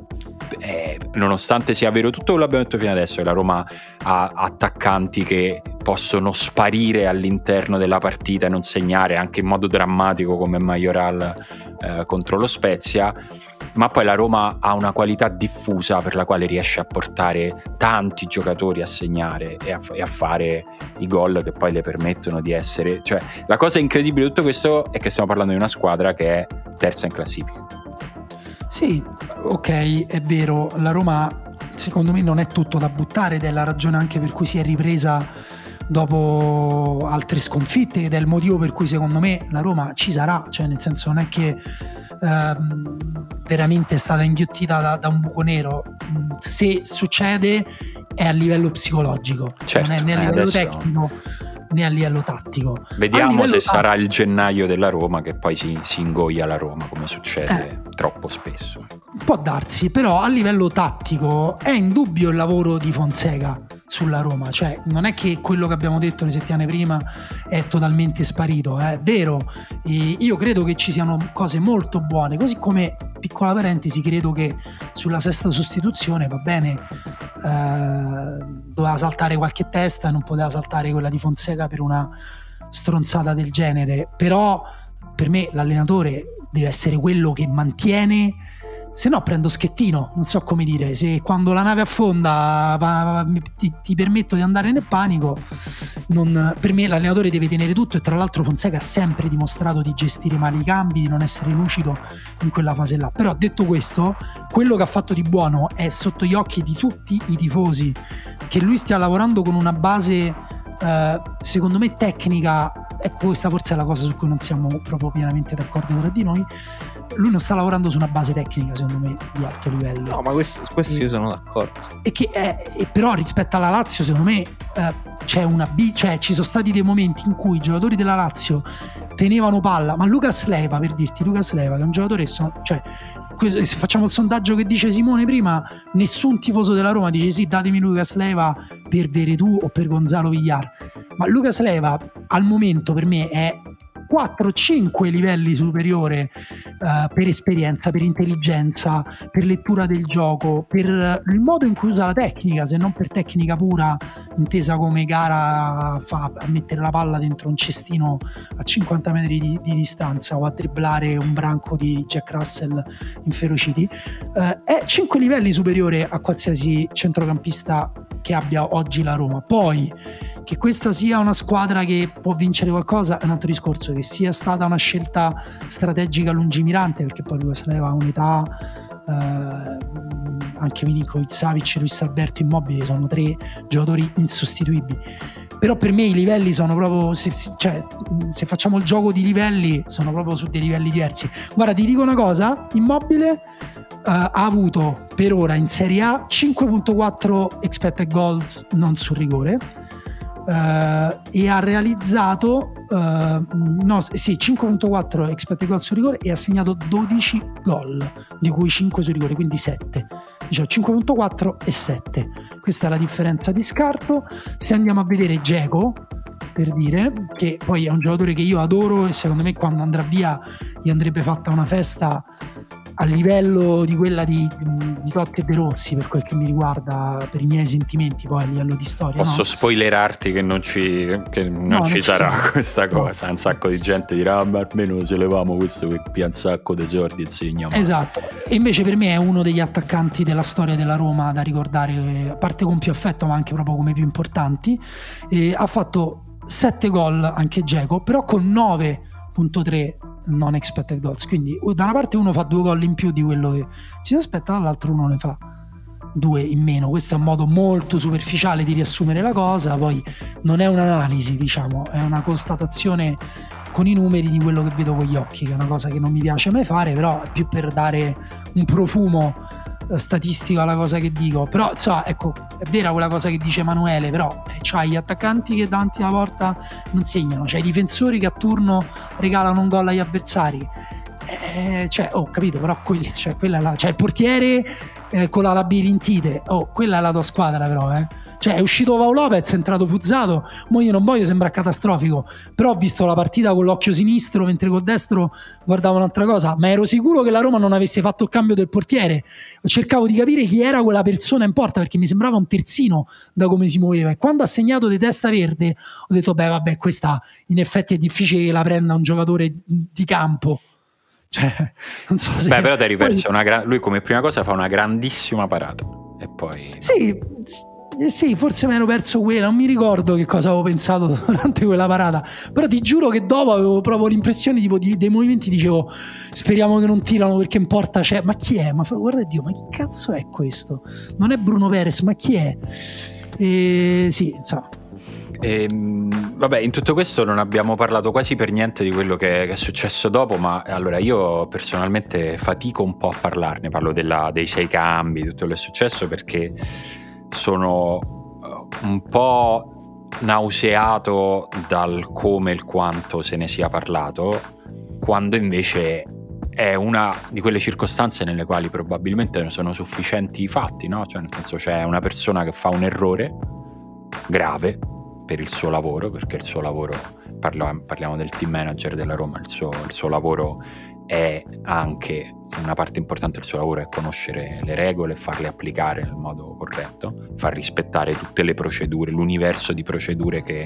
Eh, nonostante sia vero tutto quello che abbiamo detto fino adesso, che la Roma ha attaccanti che possono sparire all'interno della partita e non segnare, anche in modo drammatico come Majoral eh, contro lo Spezia, ma poi la Roma ha una qualità diffusa per la quale riesce a portare tanti giocatori a segnare e a, e a fare i gol che poi le permettono di essere, cioè la cosa incredibile di tutto questo è che stiamo parlando di una squadra che è terza in classifica. Sì, ok, è vero, la Roma secondo me non è tutto da buttare, ed è la ragione anche per cui si è ripresa dopo altre sconfitte, ed è il motivo per cui secondo me la Roma ci sarà, cioè nel senso non è che ehm, veramente è stata inghiottita da, da un buco nero. Se succede è a livello psicologico, certo, non è né a livello adesso... tecnico né a livello tattico. Vediamo se tattico, sarà il gennaio della Roma che poi si, si ingoia la Roma, come succede eh, troppo spesso. Può darsi, però a livello tattico è indubbio il lavoro di Fonseca sulla Roma, cioè non è che quello che abbiamo detto le settimane prima è totalmente sparito, è vero, e io credo che ci siano cose molto buone, così come, piccola parentesi, credo che sulla sesta sostituzione, va bene, eh, doveva saltare qualche testa e non poteva saltare quella di Fonseca per una stronzata del genere, però per me l'allenatore deve essere quello che mantiene, se no prendo schettino, non so come dire, se quando la nave affonda va, va, ti, ti permetto di andare nel panico, non, per me l'allenatore deve tenere tutto, e tra l'altro Fonseca ha sempre dimostrato di gestire male i cambi, di non essere lucido in quella fase là. Però detto questo, quello che ha fatto di buono è sotto gli occhi di tutti i tifosi, che lui stia lavorando con una base eh, secondo me tecnica. Ecco, questa forse è la cosa su cui non siamo proprio pienamente d'accordo tra di noi. Lui non sta lavorando su una base tecnica, secondo me, di alto livello. No, ma questo, questo io sono d'accordo. E che è, e però rispetto alla Lazio, secondo me, eh, c'è una B, cioè ci sono stati dei momenti in cui i giocatori della Lazio tenevano palla, ma Lucas Leiva, per dirti, Lucas Leiva, che è un giocatore, sono, cioè, se facciamo il sondaggio che dice Simone prima, nessun tifoso della Roma dice sì, datemi Lucas Leiva per Veretù o per Gonzalo Villar, ma Lucas Leiva al momento per me è quattro cinque livelli superiore uh, per esperienza, per intelligenza, per lettura del gioco, per il modo in cui usa la tecnica, se non per tecnica pura intesa come gara fa a mettere la palla dentro un cestino a cinquanta metri di, di distanza o a dribblare un branco di Jack Russell inferociti, uh, è cinque livelli superiore a qualsiasi centrocampista che abbia oggi la Roma. Poi che questa sia una squadra che può vincere qualcosa è un altro discorso, che sia stata una scelta strategica lungimirante, perché poi Lucas Leiva ha un'età, eh, anche Milinkovic-Savic, Luis Alberto, Immobile sono tre giocatori insostituibili, però per me i livelli sono proprio, se, cioè, se facciamo il gioco di livelli sono proprio su dei livelli diversi. Guarda, ti dico una cosa, Immobile Uh, ha avuto per ora in Serie A cinque virgola quattro expected goals non sul rigore, Uh, e ha realizzato uh, no, sì, cinque virgola quattro expected goal su rigore e ha segnato dodici gol, di cui cinque su rigore, quindi sette, diciamo cinque virgola quattro e sette. Questa è la differenza di scarto. Se andiamo a vedere Dzeko, per dire, che poi è un giocatore che io adoro e secondo me quando andrà via gli andrebbe fatta una festa a livello di quella di, di Totti e De Rossi, per quel che mi riguarda, per i miei sentimenti, poi a livello di storia. Posso no? spoilerarti che non ci, che non no, ci non sarà ci questa no. cosa. Un sacco di gente dirà ah, ma almeno se levamo questo che pia un sacco di soldi e segniamo. Esatto, e invece per me è uno degli attaccanti della storia della Roma da ricordare, a parte con più affetto ma anche proprio come più importanti. E ha fatto sette gol anche Dzeko, però con nove virgola tre non expected goals, quindi da una parte uno fa due gol in più di quello che ci si aspetta, dall'altro uno ne fa due in meno. Questo è un modo molto superficiale di riassumere la cosa, poi non è un'analisi, diciamo, è una constatazione con i numeri di quello che vedo con gli occhi, che è una cosa che non mi piace mai fare, però è più per dare un profumo statistico alla cosa che dico. Però insomma, ecco, è vera quella cosa che dice Emanuele, però eh, c'hai gli attaccanti che davanti alla porta non segnano, c'hai i difensori che a turno regalano un gol agli avversari, eh, cioè, oh, capito, però quelli, cioè, quella è la, cioè il portiere eh, con la labirintite, oh, quella è la tua squadra però, eh. Cioè è uscito Pau Lopez, è entrato Puzzato, mo io non voglio sembrare catastrofico, però ho visto la partita con l'occhio sinistro mentre col destro guardavo un'altra cosa, ma ero sicuro che la Roma non avesse fatto il cambio del portiere. Cercavo di capire chi era quella persona in porta perché mi sembrava un terzino da come si muoveva, e quando ha segnato di testa verde ho detto beh vabbè, questa in effetti è difficile che la prenda un giocatore di campo. Cioè, non so se... Beh, però ti hai riperso una gra- lui come prima cosa fa una grandissima parata e poi sì, eh sì, forse mi ero perso quella, non mi ricordo che cosa avevo pensato durante quella parata, però ti giuro che dopo avevo proprio l'impressione tipo di, dei movimenti, dicevo speriamo che non tirano perché in porta c'è, ma chi è? Ma guarda Dio, ma chi cazzo è questo? Non è Bruno Perez, ma chi è? E sì, insomma. E, vabbè, in tutto questo non abbiamo parlato quasi per niente di quello che, che è successo dopo, ma allora io personalmente fatico un po' a parlarne, parlo della, dei sei cambi, tutto quello che è successo, perché sono un po' nauseato dal come e il quanto se ne sia parlato, quando invece è una di quelle circostanze nelle quali probabilmente sono sufficienti i fatti, no? Cioè nel senso, c'è una persona che fa un errore grave per il suo lavoro, perché il suo lavoro, parlo, parliamo del team manager della Roma, il suo, il suo lavoro è anche, una parte importante del suo lavoro è conoscere le regole e farle applicare nel modo corretto, far rispettare tutte le procedure, l'universo di procedure che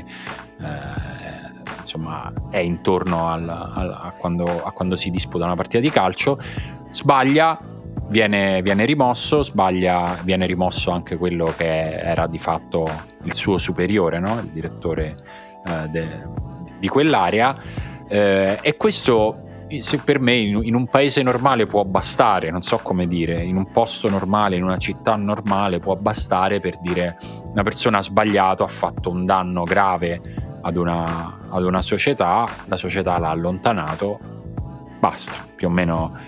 eh, insomma è intorno al, al, a, quando, a quando si disputa una partita di calcio. Sbaglia, viene, viene rimosso, sbaglia, viene rimosso anche quello che era di fatto il suo superiore, no? Il direttore eh, de, di quell'area, eh, e questo se per me in, in un paese normale può bastare, non so come dire, in un posto normale, in una città normale può bastare per dire una persona ha sbagliato, ha fatto un danno grave ad una, ad una società, la società l'ha allontanato, basta, più o meno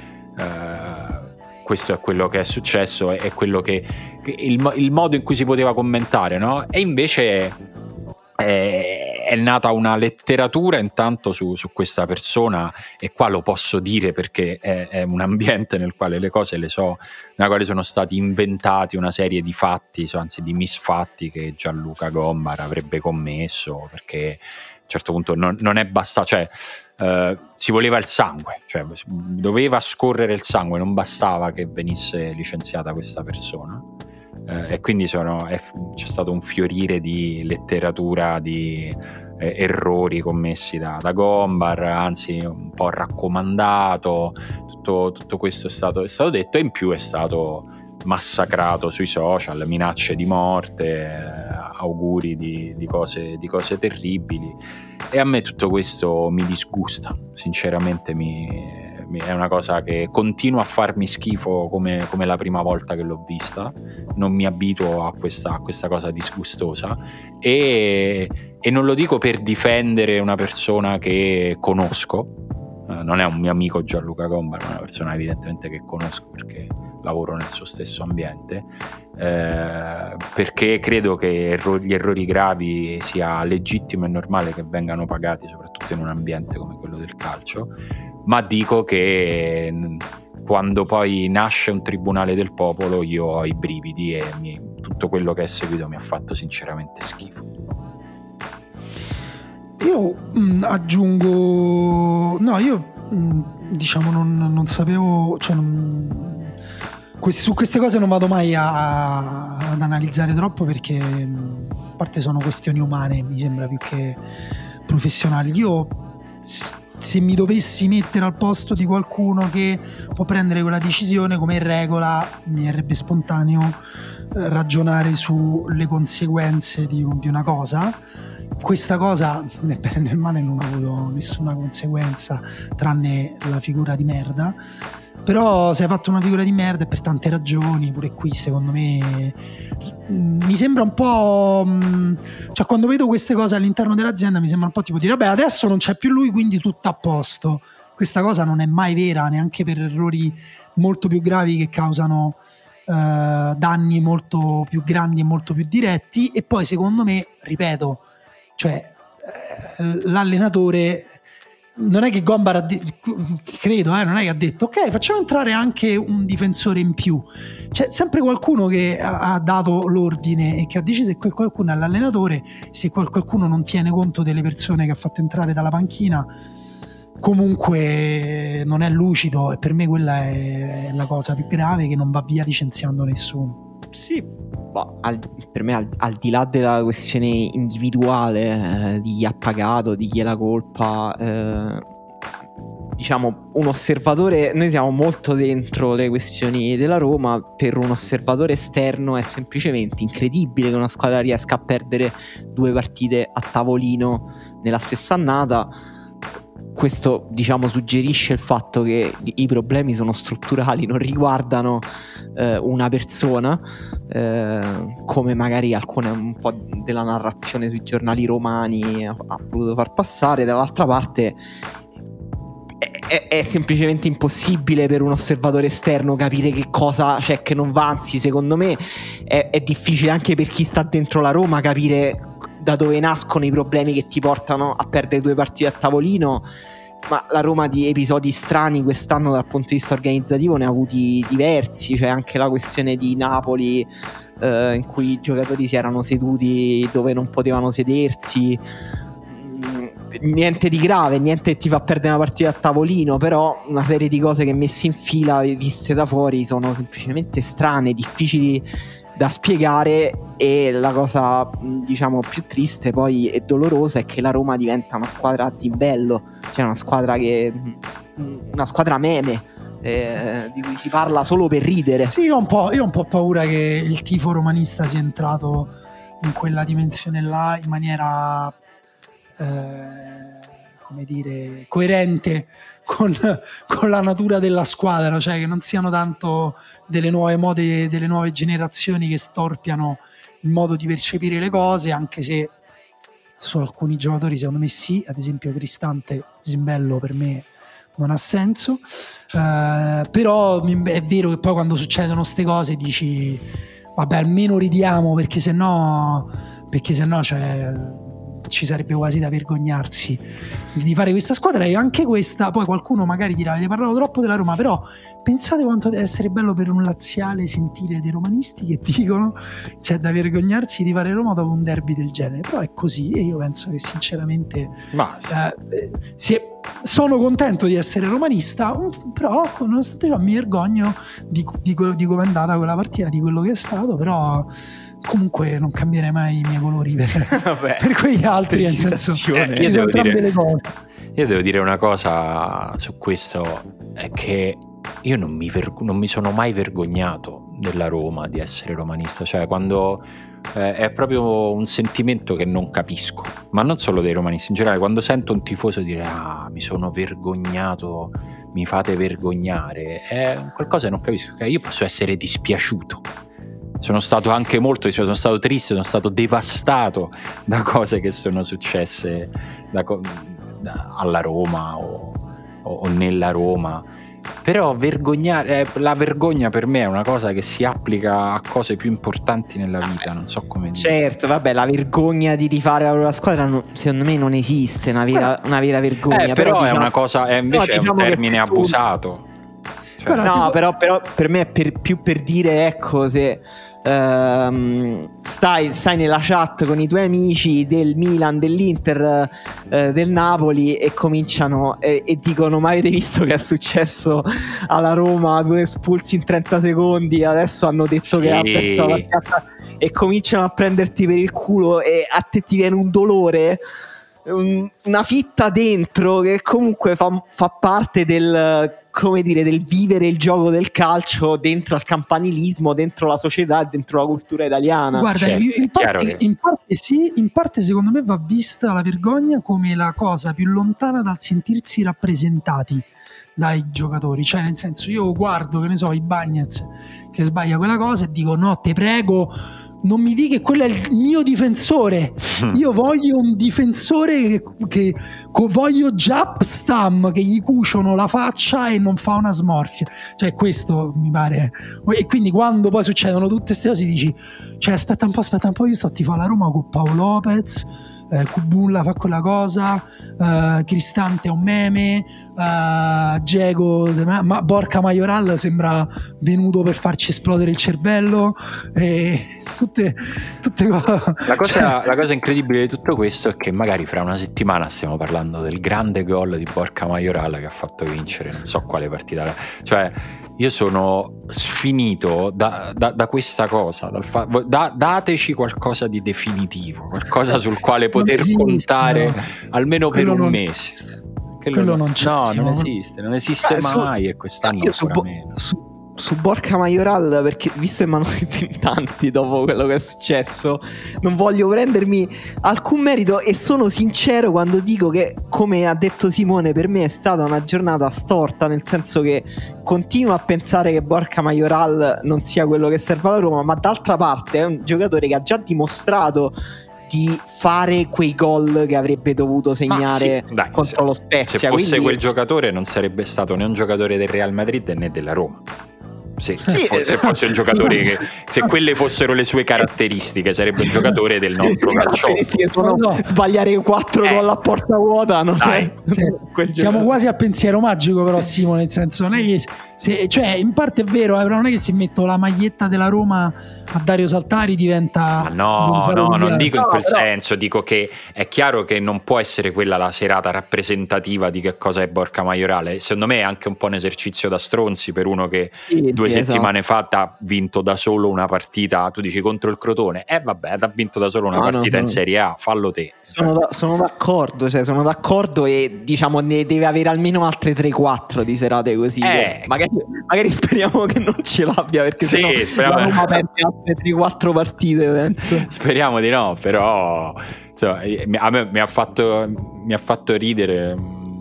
eh, questo è quello che è successo, è, è quello che, che il, il modo in cui si poteva commentare, no? E invece è, è nata una letteratura intanto su, su questa persona, e qua lo posso dire perché è, è un ambiente nel quale le cose le so, nella quale sono stati inventati una serie di fatti, anzi di misfatti che Gianluca Gombar avrebbe commesso, perché a un certo punto non, non è bastato, cioè Uh, si voleva il sangue, cioè doveva scorrere il sangue, non bastava che venisse licenziata questa persona, uh, e quindi sono, è, c'è stato un fiorire di letteratura di eh, errori commessi da, da Gombar, anzi un po' raccomandato, tutto, tutto questo è stato, è stato detto, e in più è stato massacrato sui social, minacce di morte, eh, auguri di, di, cose, di cose terribili, e a me tutto questo mi disgusta, sinceramente mi, mi, è una cosa che continua a farmi schifo come, come la prima volta che l'ho vista, non mi abituo a questa, a questa cosa disgustosa, e, e non lo dico per difendere una persona che conosco, eh, non è un mio amico Gianluca Gombar, è una persona evidentemente che conosco perché lavoro nel suo stesso ambiente, eh, perché credo che erro- gli errori gravi sia legittimo e normale che vengano pagati, soprattutto in un ambiente come quello del calcio, ma dico che quando poi nasce un tribunale del popolo io ho i brividi e mi, tutto quello che è seguito mi ha fatto sinceramente schifo. Io mh, aggiungo, no, io mh, diciamo non, non sapevo, cioè non, questi, su queste cose non vado mai a, ad analizzare troppo, perché mh, a parte sono questioni umane, mi sembra, più che professionali. Io se mi dovessi mettere al posto di qualcuno che può prendere quella decisione, come regola mi verrebbe spontaneo eh, ragionare sulle conseguenze di, un, di una cosa. Questa cosa né bene né male non ha avuto nessuna conseguenza, tranne la figura di merda. Però se hai fatto una figura di merda, e per tante ragioni, pure qui secondo me mi sembra un po', cioè quando vedo queste cose all'interno dell'azienda mi sembra un po' tipo dire vabbè, adesso non c'è più lui, quindi tutto a posto. Questa cosa non è mai vera, neanche per errori molto più gravi che causano eh, danni molto più grandi e molto più diretti. E poi secondo me, ripeto, cioè eh, l'allenatore non è che Gombar ha de- credo eh, non è che ha detto ok, facciamo entrare anche un difensore in più. C'è sempre qualcuno che ha, ha dato l'ordine e che ha deciso, e quel qualcuno è l'allenatore. Se quel qualcuno non tiene conto delle persone che ha fatto entrare dalla panchina, comunque non è lucido, e per me quella è la cosa più grave, che non va via licenziando nessuno. Sì, boh, al, per me al, al di là della questione individuale eh, di chi ha pagato, di chi è la colpa, eh, diciamo un osservatore, noi siamo molto dentro le questioni della Roma. Per un osservatore esterno è semplicemente incredibile che una squadra riesca a perdere due partite a tavolino nella stessa annata. Questo, diciamo, suggerisce il fatto che i problemi sono strutturali, non riguardano eh, una persona, eh, come magari alcune un po' della narrazione sui giornali romani ha, ha voluto far passare. Dall'altra parte è, è semplicemente impossibile per un osservatore esterno capire che cosa c'è che non va. Anzi, secondo me è, è difficile anche per chi sta dentro la Roma capire da dove nascono i problemi che ti portano a perdere due partite a tavolino. Ma la Roma di episodi strani quest'anno dal punto di vista organizzativo ne ha avuti diversi. C'è anche la questione di Napoli eh, in cui i giocatori si erano seduti dove non potevano sedersi. Niente di grave, niente che ti fa perdere una partita a tavolino, però una serie di cose che messe in fila, viste da fuori, sono semplicemente strane, difficili da spiegare. E la cosa, diciamo, più triste poi e dolorosa è che la Roma diventa una squadra a zimbello, cioè una squadra che una squadra meme eh, di cui si parla solo per ridere. Sì, io ho un po', io ho un po' paura che il tifo romanista sia entrato in quella dimensione là in maniera eh, come dire, coerente con, con la natura della squadra, cioè che non siano tanto delle nuove mode, delle nuove generazioni che storpiano il modo di percepire le cose, anche se su alcuni giocatori secondo me sì, ad esempio Cristante, Zimbello per me non ha senso, eh, però è vero che poi quando succedono ste cose dici vabbè, almeno ridiamo, perché sennò perché sennò cioè ci sarebbe quasi da vergognarsi di fare questa squadra. E anche questa, poi qualcuno magari dirà avete parlato troppo della Roma, però pensate quanto deve essere bello per un laziale sentire dei romanisti che dicono c'è da vergognarsi di fare Roma dopo un derby del genere. Però è così, e io penso che sinceramente Ma eh, si è, sono contento di essere romanista, però nonostante ciò mi vergogno di, di, di come è andata quella partita, di quello che è stato. Però comunque non cambierei mai i miei colori per, Vabbè, per quegli altri, nel senso eh, ci sono entrambe dire, le cose. Io devo dire una cosa su questo, è che io non mi, verg- non mi sono mai vergognato della Roma, di essere romanista, cioè quando eh, è proprio un sentimento che non capisco, ma non solo dei romanisti, in generale quando sento un tifoso dire ah mi sono vergognato, mi fate vergognare, è qualcosa che non capisco. Okay, io posso essere dispiaciuto, sono stato anche molto, sono stato triste, sono stato devastato da cose che sono successe da, da, alla Roma o, o, o nella Roma, Però vergognare, eh, la vergogna per me è una cosa che si applica a cose più importanti nella vita, non so come dire. Certo, vabbè, la vergogna di tifare la propria squadra no, secondo me non esiste, una vera, una vera vergogna. Eh, però, però diciamo, è una cosa, è invece no, diciamo è un termine tu... abusato. Cioè, no, può... però, però per me è per, più per dire, ecco, se ehm, stai, stai nella chat con i tuoi amici del Milan, dell'Inter, eh, del Napoli e cominciano e, e dicono: ma avete visto che è successo alla Roma? Due espulsi in trenta secondi, adesso hanno detto sì. che ha perso la partita, e cominciano a prenderti per il culo e a te ti viene un dolore, una fitta dentro che comunque fa, fa parte del, come dire, del vivere il gioco del calcio dentro al campanilismo, dentro la società e dentro la cultura italiana. Guarda, certo, in, parte, che... in parte sì, in parte secondo me va vista la vergogna come la cosa più lontana dal sentirsi rappresentati dai giocatori, cioè nel senso, io guardo, che ne so, i Bagnez che sbaglia quella cosa e dico: no, te prego, non mi dica che quello è il mio difensore, io voglio un difensore che, che, che voglio Japstam che gli cuciono la faccia e non fa una smorfia, cioè questo mi pare. E quindi quando poi succedono tutte queste cose dici, cioè aspetta un po', aspetta un po', io sto tifando la Roma con Paolo Lopez, eh, Kubulla fa quella cosa, eh, Cristante è un meme, eh, Diego, ma Borca Majoral sembra venuto per farci esplodere il cervello, e tutte, tutte cose. La cosa, la cosa incredibile di tutto questo è che magari fra una settimana stiamo parlando del grande gol di Borca Majoral che ha fatto vincere non so quale partita, cioè io sono sfinito da, da, da questa cosa, dal fa- da, dateci qualcosa di definitivo, qualcosa sul quale poter esiste, contare no. almeno per un mese. Quello, quello non, non c'è, no, siamo... non esiste, non esiste eh, mai su, e quest'anno io ancora su, meno. Su, su Borca Majoral, perché visto che mi hanno scritto in tanti dopo quello che è successo, non voglio prendermi alcun merito e sono sincero quando dico che, come ha detto Simone, per me è stata una giornata storta, nel senso che continuo a pensare che Borca Majoral non sia quello che serve alla Roma, ma d'altra parte è un giocatore che ha già dimostrato di fare quei gol che avrebbe dovuto segnare sì, dai, contro se, lo Spezia. Se fosse quindi... quel giocatore non sarebbe stato né un giocatore del Real Madrid né della Roma. Sì, se, sì, fosse, se fosse un giocatore che, se quelle fossero le sue caratteristiche, sarebbe un giocatore del nostro calcio. Sono no. Sbagliare quattro eh. gol a porta vuota, non sai. Sì. Siamo quasi al pensiero magico, però, Simo, nel senso, non è che se, cioè, in parte è vero, eh, però non è che se metto la maglietta della Roma a Dario Saltari diventa. Ma no, no, non dico in quel no, però... senso, dico che è chiaro che non può essere quella la serata rappresentativa di che cosa è Borca Maiorale. Secondo me è anche un po' un esercizio da stronzi per uno che sì, due sì, settimane esatto. fa ha vinto da solo una partita, tu dici contro il Crotone, eh vabbè, ha vinto da solo una no, partita no, sono... in Serie A, fallo te. Sono, da, sono d'accordo, cioè sono d'accordo e diciamo ne deve avere almeno altre tre quattro di serate così. Eh, magari, magari speriamo che non ce l'abbia, perché sì, sennò speriamo... la Roma perde altre tre quattro partite, penso. Speriamo di no, però insomma, a me mi ha fatto mi ha fatto ridere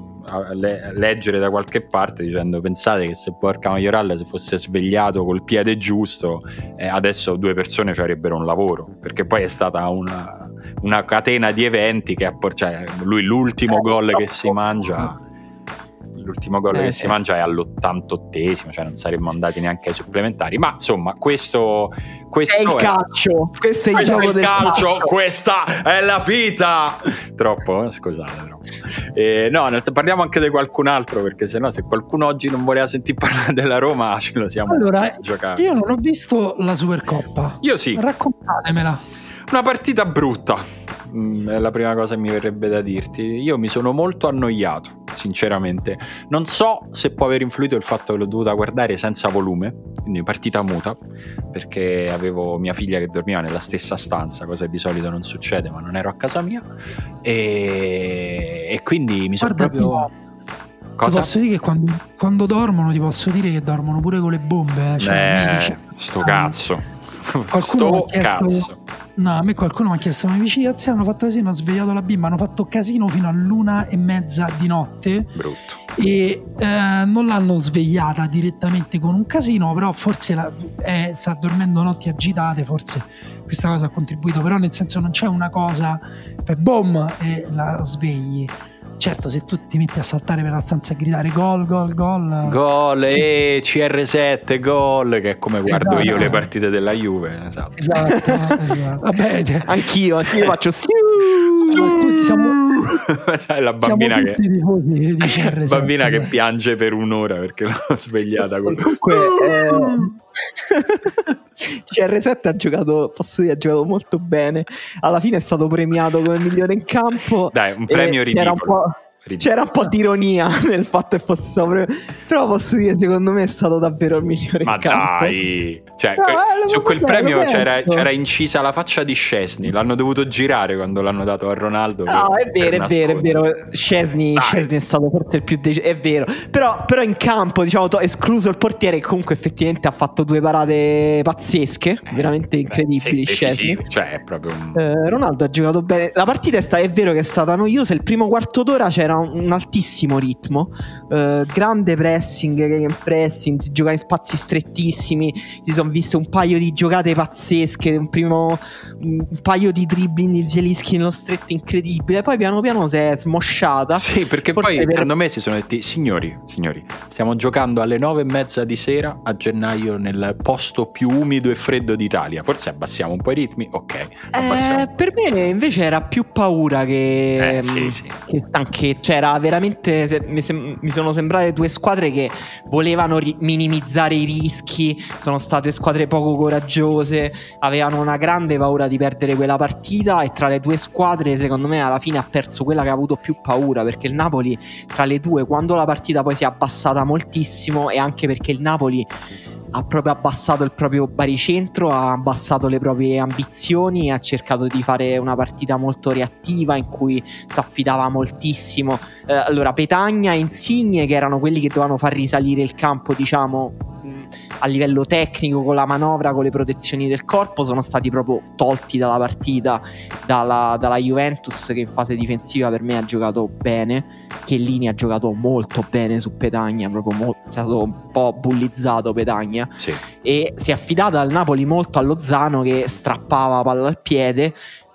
a le, leggere da qualche parte dicendo: pensate che se Borca Majoral si fosse svegliato col piede giusto, eh, adesso due persone ci avrebbero un lavoro, perché poi è stata una, una catena di eventi che ha cioè, lui l'ultimo eh, gol che si mangia l'ultimo gol eh, che sì. si mangia è all'ottantottesimo, cioè non saremmo andati neanche ai supplementari, ma insomma questo, questo è il è, calcio questo è il questo gioco è il del calcio, calcio, questa è la vita. Troppo, eh? Scusate troppo. Eh, no, parliamo anche di qualcun altro, perché sennò se qualcuno oggi non voleva sentir parlare della Roma ce lo siamo allora, giocati. Io non ho visto la Supercoppa. Io sì. Raccontatemela. Una partita brutta, mm, è la prima cosa che mi verrebbe da dirti. Io mi sono molto annoiato, sinceramente. Non so se può aver influito il fatto che l'ho dovuta guardare senza volume, quindi partita muta, perché avevo mia figlia che dormiva nella stessa stanza, cosa che di solito non succede, ma non ero a casa mia, e, e quindi mi sono proprio... Cosa? Ti posso dire che quando, quando dormono, ti posso dire che dormono pure con le bombe, eh? Cioè, eh, sto cazzo. Qualcuno sto chiesto, cazzo. No, a me qualcuno mi ha chiesto: ma i vicini anzi hanno fatto casino, hanno svegliato la bimba, hanno fatto casino fino all'una e mezza di notte. Brutto. E eh, non l'hanno svegliata direttamente con un casino, però forse la, eh, sta dormendo notti agitate, forse questa cosa ha contribuito, però nel senso non c'è una cosa per boom e la svegli. certo, se tu ti metti a saltare per la stanza e gridare gol, gol, gol, gol, sì. e C R sette, gol, che è come guardo esatto. io le partite della Juve. Esatto, esatto, esatto. Vabbè, anch'io, anch'io faccio sì. Tutti siamo, sai, la bambina siamo che tutti tifosi di C R sette, bambina che beh. piange per un'ora perché l'ho svegliata con... Comunque eh... C R sette ha giocato, posso dire, ha giocato molto bene. Alla fine è stato premiato come migliore in campo. Dai, un premio ridicolo. Un po'... C'era un po' di ironia nel fatto che fosse stato, però posso dire, secondo me è stato davvero il migliore Ma in campo. dai, cioè, no, que- eh, su quel vabbè, premio c'era, penso. c'era incisa la faccia di Szczesny. L'hanno dovuto girare quando l'hanno dato a Ronaldo. No, per, è vero, è vero, è vero. Szczesny, Szczesny è stato forse il più dec- è vero. Però, però in campo, diciamo, to- escluso il portiere, che comunque effettivamente ha fatto due parate pazzesche, Eh, veramente incredibili. Sì, Szczesny, sì, cioè è proprio un... eh, Ronaldo ha giocato bene. La partita è, sta- è vero che è stata noiosa. Il primo quarto d'ora c'era un, un altissimo ritmo, eh, grande pressing, pressing, si giocava in spazi strettissimi. Si sono viste un paio di giocate pazzesche, un primo un paio di dribbling di Zielinski nello stretto incredibile. Poi piano piano si è smosciata. Sì, perché Forse poi per... secondo me si sono detti: signori, signori, stiamo giocando alle nove e mezza di sera a gennaio nel posto più umido e freddo d'Italia. Forse abbassiamo un po' i ritmi. Ok, abbassiamo. Eh, per me invece era più paura che, Eh, sì, sì. che stanchezza. Cioè era veramente se- mi, sem- mi sono sembrate due squadre che volevano ri- minimizzare i rischi. Sono state squadre poco coraggiose, avevano una grande paura di perdere quella partita, e tra le due squadre secondo me alla fine ha perso quella che ha avuto più paura, perché il Napoli tra le due, quando la partita poi si è abbassata moltissimo, e anche perché il Napoli ha proprio abbassato il proprio baricentro, ha abbassato le proprie ambizioni, ha cercato di fare una partita molto reattiva in cui si affidava moltissimo. Eh, allora Petagna e Insigne, che erano quelli che dovevano far risalire il campo, diciamo, mh, a livello tecnico, con la manovra, con le protezioni del corpo, sono stati proprio tolti dalla partita dalla, dalla Juventus, che in fase difensiva per me ha giocato bene. Chiellini ha giocato molto bene su Petagna, proprio mo- è stato un po' bullizzato Petagna, Sì. e si è affidato al Napoli molto a Lozano, che strappava palla al piede.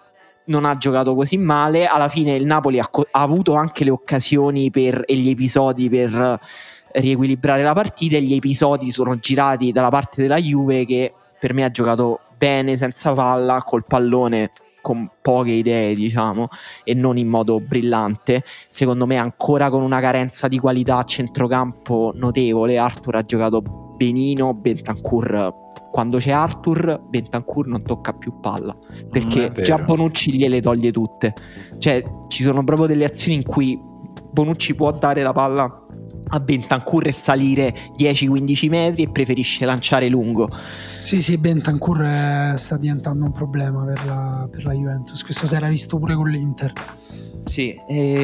Non ha giocato così male. Alla fine il Napoli ha, co- ha avuto anche le occasioni per, e gli episodi per riequilibrare la partita, e gli episodi sono girati dalla parte della Juve, che per me ha giocato bene senza palla, col pallone, con poche idee, diciamo, e non in modo brillante. Secondo me ancora con una carenza di qualità a centrocampo notevole. Arthur ha giocato benino, Bentancur, quando c'è Arthur, Bentancur non tocca più palla, perché già Bonucci gliele toglie tutte. Cioè ci sono proprio delle azioni in cui Bonucci può dare la palla a Bentancur e salire dieci quindici metri, e preferisce lanciare lungo. Sì, sì, Bentancur è, sta diventando un problema per la, per la Juventus. Questo si era visto pure con l'Inter. Sì,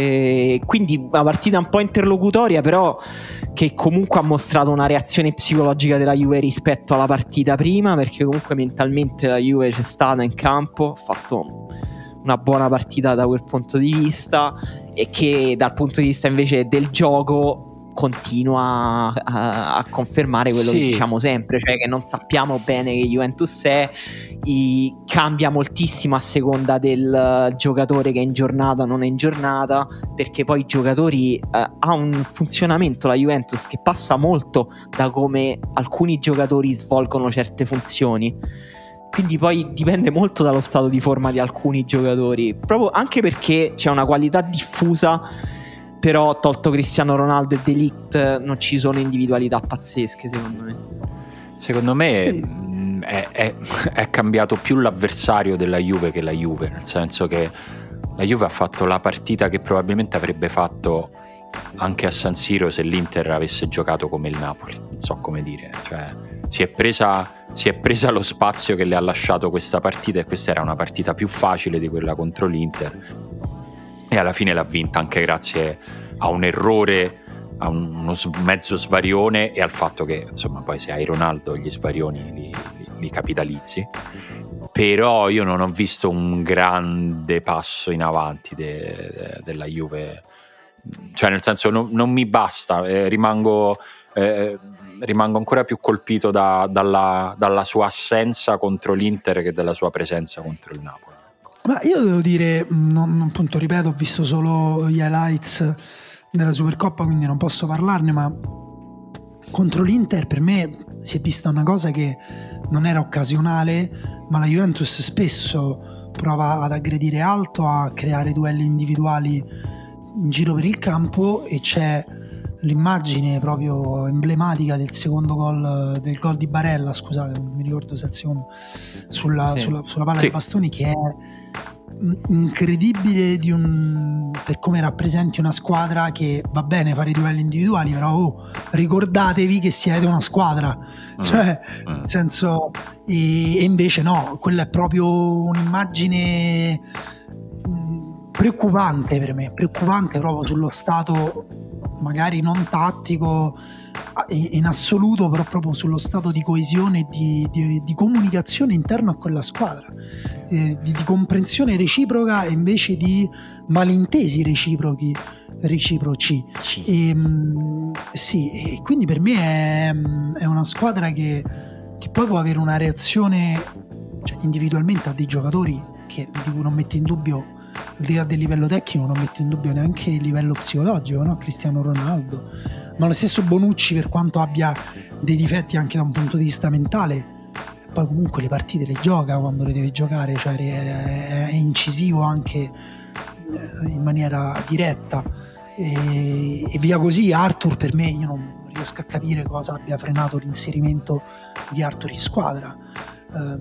e quindi una partita un po' interlocutoria, però che comunque ha mostrato una reazione psicologica della Juve rispetto alla partita prima, perché comunque mentalmente la Juve c'è stata in campo, ha fatto una buona partita da quel punto di vista, e che dal punto di vista invece del gioco continua a, a confermare quello sì. che diciamo sempre, cioè che non sappiamo bene che Juventus è, i, cambia moltissimo a seconda del giocatore che è in giornata o non è in giornata, perché poi i giocatori eh, ha un funzionamento la Juventus che passa molto da come alcuni giocatori svolgono certe funzioni. Quindi poi dipende molto dallo stato di forma di alcuni giocatori, proprio anche perché c'è una qualità diffusa. Però tolto Cristiano Ronaldo e De Ligt non ci sono individualità pazzesche, secondo me. Secondo me Sì. mh, è, è, è cambiato più l'avversario della Juve che la Juve, nel senso che la Juve ha fatto la partita che probabilmente avrebbe fatto anche a San Siro se l'Inter avesse giocato come il Napoli, non so come dire, cioè si è presa, si è presa lo spazio che le ha lasciato questa partita, e questa era una partita più facile di quella contro l'Inter, e alla fine l'ha vinta anche grazie a un errore, a uno mezzo svarione, e al fatto che insomma poi se hai Ronaldo gli svarioni li, li, li capitalizzi. Però io non ho visto un grande passo in avanti de, de, della Juve, cioè nel senso non, non mi basta, eh, rimango eh, rimango ancora più colpito da, dalla, dalla sua assenza contro l'Inter che dalla sua presenza contro il Napoli. Ma io devo dire, non, appunto, ripeto, ho visto solo gli highlights della Supercoppa, quindi non posso parlarne, ma contro l'Inter per me si è vista una cosa che non era occasionale, ma la Juventus spesso prova ad aggredire alto, a creare duelli individuali in giro per il campo, e c'è l'immagine proprio emblematica del secondo gol, del gol di Barella, scusate, non mi ricordo se è il secondo, sulla, sì. sulla, sulla palla sì. dei bastoni, che è incredibile di un, per come rappresenti una squadra che va bene fare i duelli individuali, però oh, ricordatevi che siete una squadra, mm. cioè mm. nel senso, e, e invece no, quella è proprio un'immagine mh, preoccupante per me, preoccupante proprio sullo stato magari non tattico in assoluto, però proprio sullo stato di coesione e di, di, di comunicazione interno a quella squadra, eh, di, di comprensione reciproca e invece di malintesi reciprochi reciproci e, mh, sì, e quindi per me è, è una squadra che, che poi può avere una reazione, cioè, individualmente a dei giocatori che, di cui non mette in dubbio, al di là del livello tecnico, non mette in dubbio neanche il livello psicologico, no? Cristiano Ronaldo, ma lo stesso Bonucci, per quanto abbia dei difetti anche da un punto di vista mentale, poi comunque le partite le gioca quando le deve giocare, cioè è, è incisivo anche in maniera diretta, e, e via così. Arthur, per me, io non riesco a capire cosa abbia frenato l'inserimento di Arthur in squadra, eh,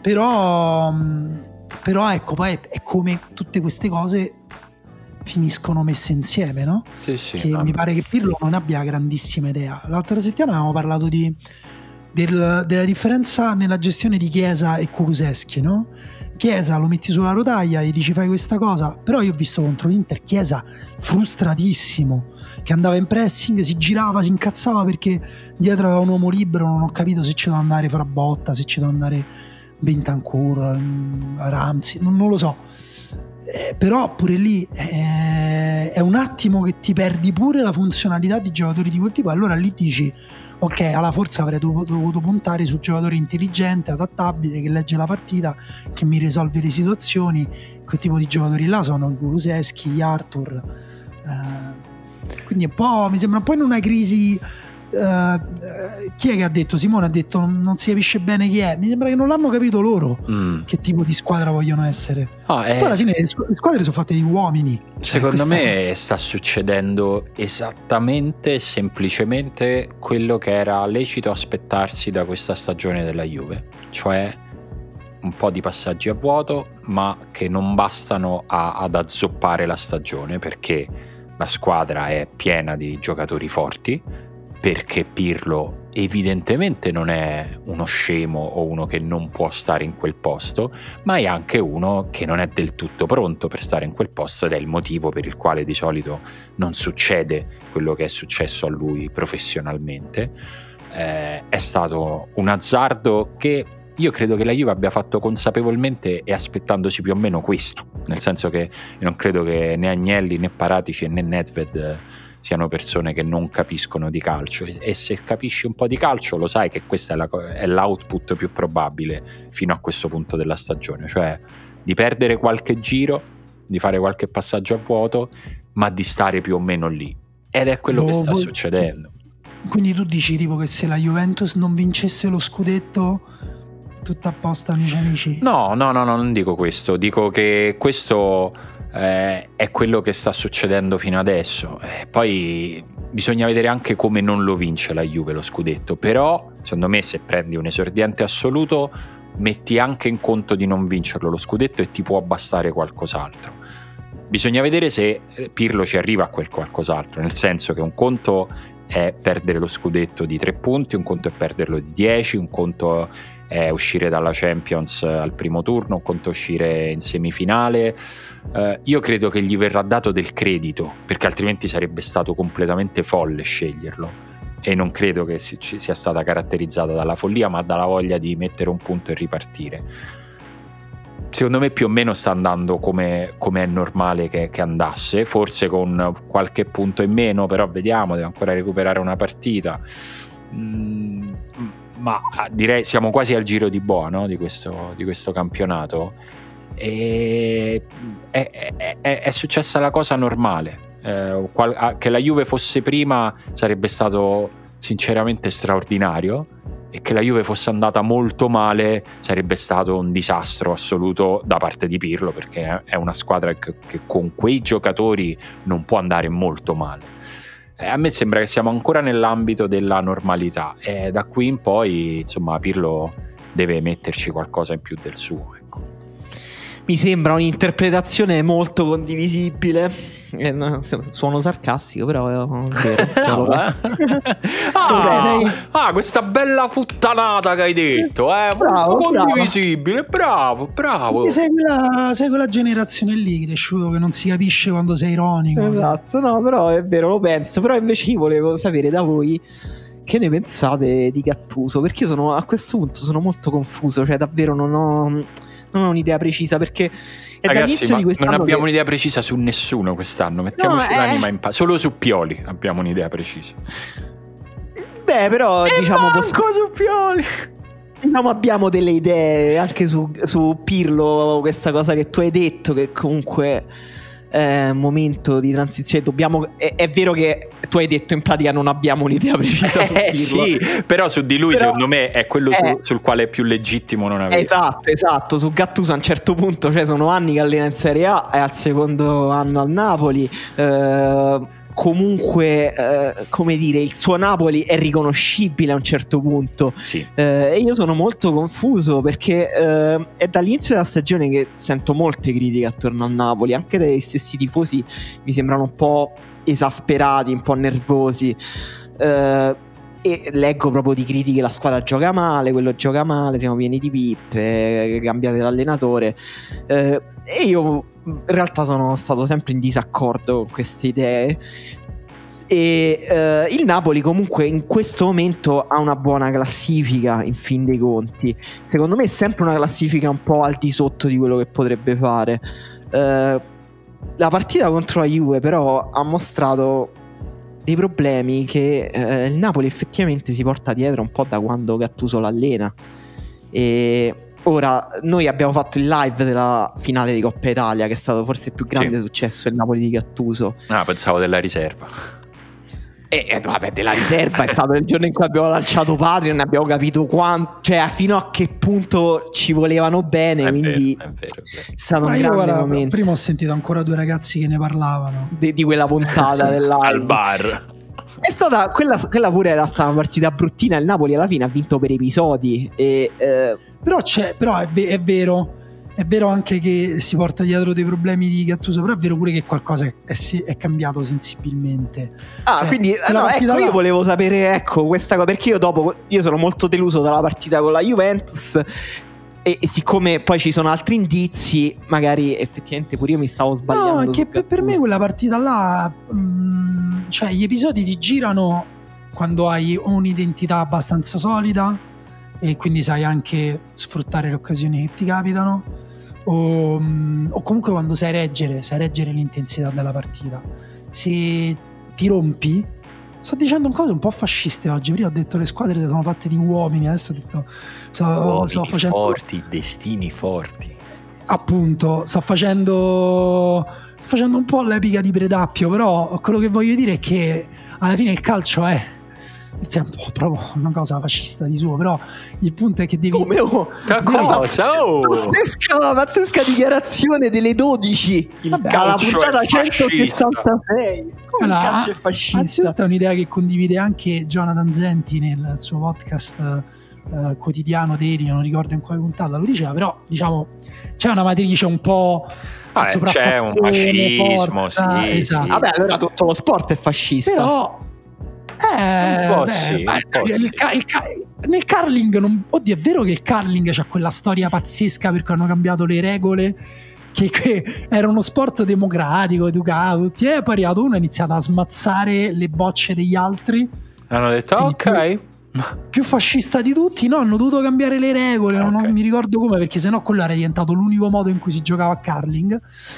però però ecco, poi è, è come tutte queste cose finiscono messe insieme, no? Sì, sì, che no. Mi pare che Pirlo non abbia grandissima idea. L'altra settimana avevamo parlato di, del, della differenza nella gestione di Chiesa e Kulusevski, no? Chiesa lo metti sulla rotaia e dici fai questa cosa, però io ho visto contro l'Inter Chiesa frustratissimo, che andava in pressing, si girava, si incazzava perché dietro aveva un uomo libero, non ho capito se ci doveva andare Frabotta, se ci doveva andare Bentancur, Ramsey, non, non lo so, eh, però pure lì eh, è un attimo che ti perdi pure la funzionalità di giocatori di quel tipo. Allora lì dici ok, alla forza avrei dovuto, dovuto puntare su giocatore intelligente, adattabile, che legge la partita, che mi risolve le situazioni. Quel tipo di giocatori là sono i Kulusevski, gli Arthur, eh, quindi un po', mi sembra un po' in una crisi. Uh, chi è che ha detto? Simone ha detto non si capisce bene chi è. Mi sembra che non l'hanno capito loro mm. che tipo di squadra vogliono essere. Oh, eh, poi alla fine le squadre sono fatte di uomini. Secondo cioè, me è... sta succedendo esattamente, semplicemente quello che era lecito aspettarsi da questa stagione della Juve, cioè un po' di passaggi a vuoto, ma che non bastano a, ad azzoppare la stagione, perché la squadra è piena di giocatori forti, perché Pirlo evidentemente non è uno scemo o uno che non può stare in quel posto, ma è anche uno che non è del tutto pronto per stare in quel posto, ed è il motivo per il quale di solito non succede quello che è successo a lui professionalmente. Eh, è stato un azzardo che io credo che la Juve abbia fatto consapevolmente e aspettandosi più o meno questo, nel senso che io non credo che né Agnelli né Paratici né Nedved siano persone che non capiscono di calcio, e se capisci un po' di calcio lo sai che questo è, la, è l'output più probabile fino a questo punto della stagione, cioè di perdere qualche giro, di fare qualche passaggio a vuoto, ma di stare più o meno lì, ed è quello oh, che sta voi... succedendo. Quindi tu dici tipo che se la Juventus non vincesse lo scudetto tutto a posto, amici amici? No, no, no, no, non dico questo, dico che questo Eh, è quello che sta succedendo fino adesso. Eh, poi bisogna vedere anche come non lo vince la Juve lo scudetto, però secondo me se prendi un esordiente assoluto metti anche in conto di non vincerlo lo scudetto e ti può bastare qualcos'altro. Bisogna vedere se Pirlo ci arriva a quel qualcos'altro, nel senso che un conto è perdere lo scudetto di tre punti, un conto è perderlo di dieci, un conto è uscire dalla Champions al primo turno, un conto è uscire in semifinale. Uh, io credo che gli verrà dato del credito, perché altrimenti sarebbe stato completamente folle sceglierlo, e non credo che si, ci sia stata caratterizzata dalla follia, ma dalla voglia di mettere un punto e ripartire. Secondo me più o meno sta andando come, come è normale che, che andasse, forse con qualche punto in meno, però vediamo, deve ancora recuperare una partita. Mm, ma direi siamo quasi al giro di boa, no? di, questo, di questo campionato. e è, è, è, è successa la cosa normale. Eh, qual- che la Juve fosse prima sarebbe stato sinceramente straordinario, e che la Juve fosse andata molto male sarebbe stato un disastro assoluto da parte di Pirlo, perché è una squadra che, che con quei giocatori non può andare molto male. Eh, a me sembra che siamo ancora nell'ambito della normalità, e da qui in poi insomma Pirlo deve metterci qualcosa in più del suo, ecco. Mi sembra un'interpretazione molto condivisibile. Eh, no, suono sarcastico, però è vero. ah, ah, ah, questa bella puttanata che hai detto, eh, bravo, molto condivisibile, bravo, bravo. Sei quella, sei quella generazione lì cresciuto che non si capisce quando sei ironico. Esatto, no, però è vero, lo penso. Però invece io volevo sapere da voi che ne pensate di Gattuso, perché io sono a questo punto sono molto confuso, cioè davvero non ho, non ho un'idea precisa, perché è ragazzi, dall'inizio di quest'anno non abbiamo che... un'idea precisa su nessuno quest'anno, mettiamoci no, l'anima eh... in pace, solo su Pioli abbiamo un'idea precisa. Beh, però e diciamo manco posso... su Pioli. Diciamo abbiamo delle idee anche su, su Pirlo, questa cosa che tu hai detto, che comunque è un momento di transizione, dobbiamo, è, è vero che tu hai detto in pratica non abbiamo un'idea precisa su eh, Pirlo, sì, però su di lui però, secondo me è quello eh, su, sul quale è più legittimo non avere. Esatto, esatto, su Gattuso a un certo punto, cioè sono anni che allena in Serie A, è al secondo anno al Napoli, eh, comunque eh, come dire, il suo Napoli è riconoscibile a un certo punto, sì. eh, e io sono molto confuso perché eh, è dall'inizio della stagione che sento molte critiche attorno al Napoli, anche dai stessi tifosi mi sembrano un po' esasperati, un po' nervosi, eh, e leggo proprio di critiche: la squadra gioca male, quello gioca male, siamo pieni di pippe, cambiate l'allenatore, eh, e io in realtà sono stato sempre in disaccordo con queste idee, e eh, il Napoli comunque in questo momento ha una buona classifica in fin dei conti, secondo me è sempre una classifica un po' al di sotto di quello che potrebbe fare. eh, la partita contro la Juve però ha mostrato dei problemi che eh, il Napoli effettivamente si porta dietro un po' da quando Gattuso l'allena, e ora noi abbiamo fatto il live della finale di Coppa Italia, che è stato forse il più grande sì. successo del Napoli di Gattuso. Ah, pensavo della riserva. E eh, vabbè, della riserva è stato il giorno in cui abbiamo lanciato Patreon, abbiamo capito quanto, cioè fino a che punto ci volevano bene, è quindi vero, è vero, è vero. È stato ma un io grande guarda, momento. Prima ho sentito ancora due ragazzi che ne parlavano di, di quella puntata del live al bar. È stata quella, quella pure era stata una partita bruttina. Il Napoli alla fine ha vinto per episodi, e, eh... però c'è, però è, è vero, è vero anche che si porta dietro dei problemi di Gattuso, però è vero pure che qualcosa è, è, è cambiato sensibilmente. Ah, cioè, quindi no, ecco, là... io volevo sapere, ecco, questa cosa, perché io dopo io sono molto deluso dalla partita con la Juventus, e, e siccome poi ci sono altri indizi, magari effettivamente pure io mi stavo sbagliando. No, è che per, per me quella partita là, mh, cioè gli episodi ti girano quando hai un'identità abbastanza solida e quindi sai anche sfruttare le occasioni che ti capitano, o, mh, o comunque quando sai reggere, sai reggere l'intensità della partita. Se ti rompi, sto dicendo un cose un po' fasciste oggi. Prima ho detto le squadre sono fatte di uomini, adesso ho detto sto, uomini sto facendo forti, destini forti. Appunto, sto facendo facendo un po' l'epica di Predappio, però quello che voglio dire è che alla fine il calcio è è un po' proprio una cosa fascista di suo, però il punto è che devi come oh, cosa? Oh. Pazzesca, pazzesca dichiarazione delle dodici, il Vabbè, la puntata centosessantasei. Come allora, il calcio è fascista? Anzitutto è un'idea che condivide anche Jonathan Zenti nel suo podcast eh, quotidiano Daily, non ricordo in quale puntata lo diceva, però diciamo c'è una matrice un po' ah, c'è un fascismo, forza, sì, esatto. sì. Vabbè, allora tutto lo sport è fascista, però Eh, un po' beh, sì, beh, un po' nel, sì. il, nel curling non, oddio, è vero che il curling c'ha quella storia pazzesca perché hanno cambiato le regole, che, che era uno sport democratico, educato, tutti, è poi arrivato uno, ha iniziato a smazzare le bocce degli altri, hanno detto ok, più, più fascista di tutti. No, hanno dovuto cambiare le regole, okay. non, non mi ricordo come, perché sennò quello era diventato l'unico modo in cui si giocava a curling.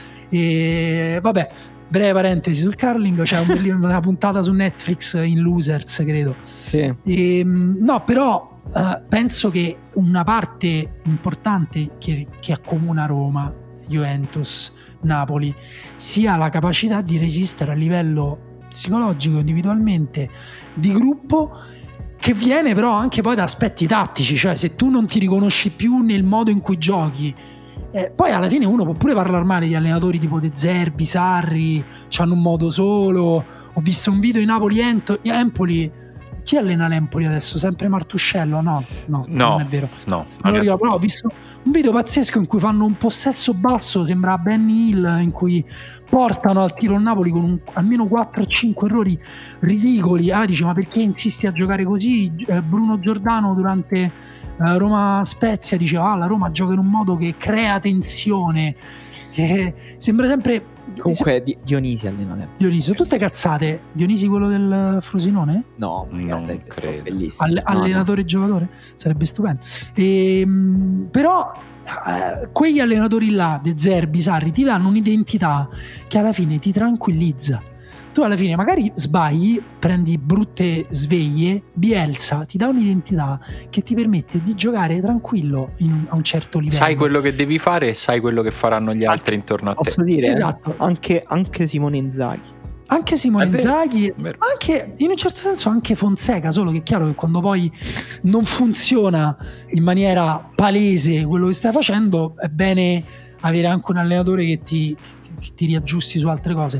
E vabbè, breve parentesi sul curling, c'è un bellino, una puntata su Netflix in Losers, credo. Sì. E, no, però uh, penso che una parte importante che, che accomuna Roma Juventus, Napoli, sia la capacità di resistere a livello psicologico, individualmente, di gruppo, che viene però anche poi da aspetti tattici, cioè se tu non ti riconosci più nel modo in cui giochi, eh, poi alla fine uno può pure parlare male di allenatori tipo De Zerbi, Sarri, c'hanno un modo solo. Ho visto un video in Napoli-Empoli. Chi allena l'Empoli adesso? Sempre Martuscello? No, no, no non è vero. No, non non ricordo, però ho visto un video pazzesco in cui fanno un possesso basso, sembra Benny Hill, in cui portano al tiro il Napoli con un, almeno quattro o cinque errori ridicoli. Ah, dice, ma perché insisti a giocare così? Eh, Bruno Giordano durante eh, Roma-Spezia diceva, ah, la Roma gioca in un modo che crea tensione, che sembra sempre... Comunque Di- Dionisi allena l'Empoli. Dionisi, sono tutte cazzate. Dionisi quello del Frosinone? No, non sarebbe credo. Bellissimo. All- allenatore e giocatore? Sarebbe stupendo. E, mh, però eh, quegli allenatori là, De Zerbi, Sarri, ti danno un'identità che alla fine ti tranquillizza. Tu alla fine magari sbagli, prendi brutte sveglie, Bielsa ti dà un'identità che ti permette di giocare tranquillo in, a un certo livello. Sai quello che devi fare e sai quello che faranno gli altri Anche, intorno a te. Posso dire? Esatto. Anche, anche Simone Inzaghi. Anche Simone Inzaghi, vero. anche in un certo senso anche Fonseca, solo che è chiaro che quando poi non funziona in maniera palese quello che stai facendo, è bene avere anche un allenatore che ti, che ti riaggiusti su altre cose.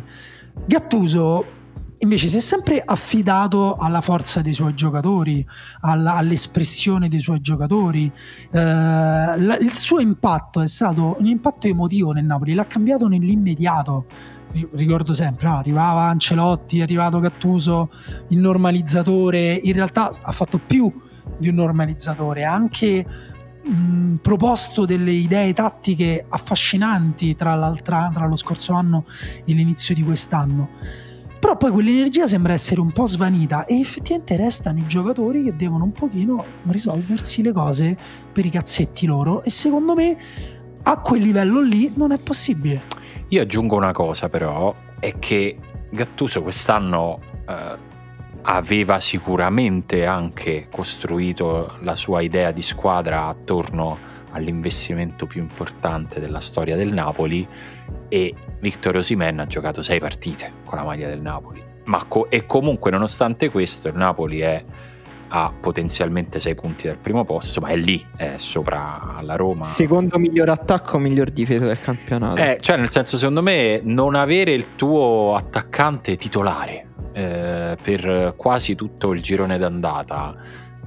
Gattuso invece si è sempre affidato alla forza dei suoi giocatori, alla, all'espressione dei suoi giocatori. Eh, la, il suo impatto è stato un impatto emotivo nel Napoli, l'ha cambiato nell'immediato. Ricordo sempre, no? Arrivava Ancelotti, è arrivato Gattuso, il normalizzatore. In realtà ha fatto più di un normalizzatore, ha anche mh, proposto delle idee tattiche affascinanti tra, l'altra, tra lo scorso anno e l'inizio di quest'anno. Però poi quell'energia sembra essere un po' svanita e effettivamente restano i giocatori che devono un pochino risolversi le cose per i cazzetti loro, e secondo me a quel livello lì non è possibile. Io aggiungo una cosa però, è che Gattuso quest'anno eh, aveva sicuramente anche costruito la sua idea di squadra attorno all'investimento più importante della storia del Napoli, e Victor Osimhen ha giocato sei partite con la maglia del Napoli, ma co- e comunque nonostante questo il Napoli è a potenzialmente sei punti dal primo posto, insomma è lì, è sopra alla Roma. Secondo miglior attacco, miglior difesa del campionato. Eh, cioè nel senso, secondo me non avere il tuo attaccante titolare eh, per quasi tutto il girone d'andata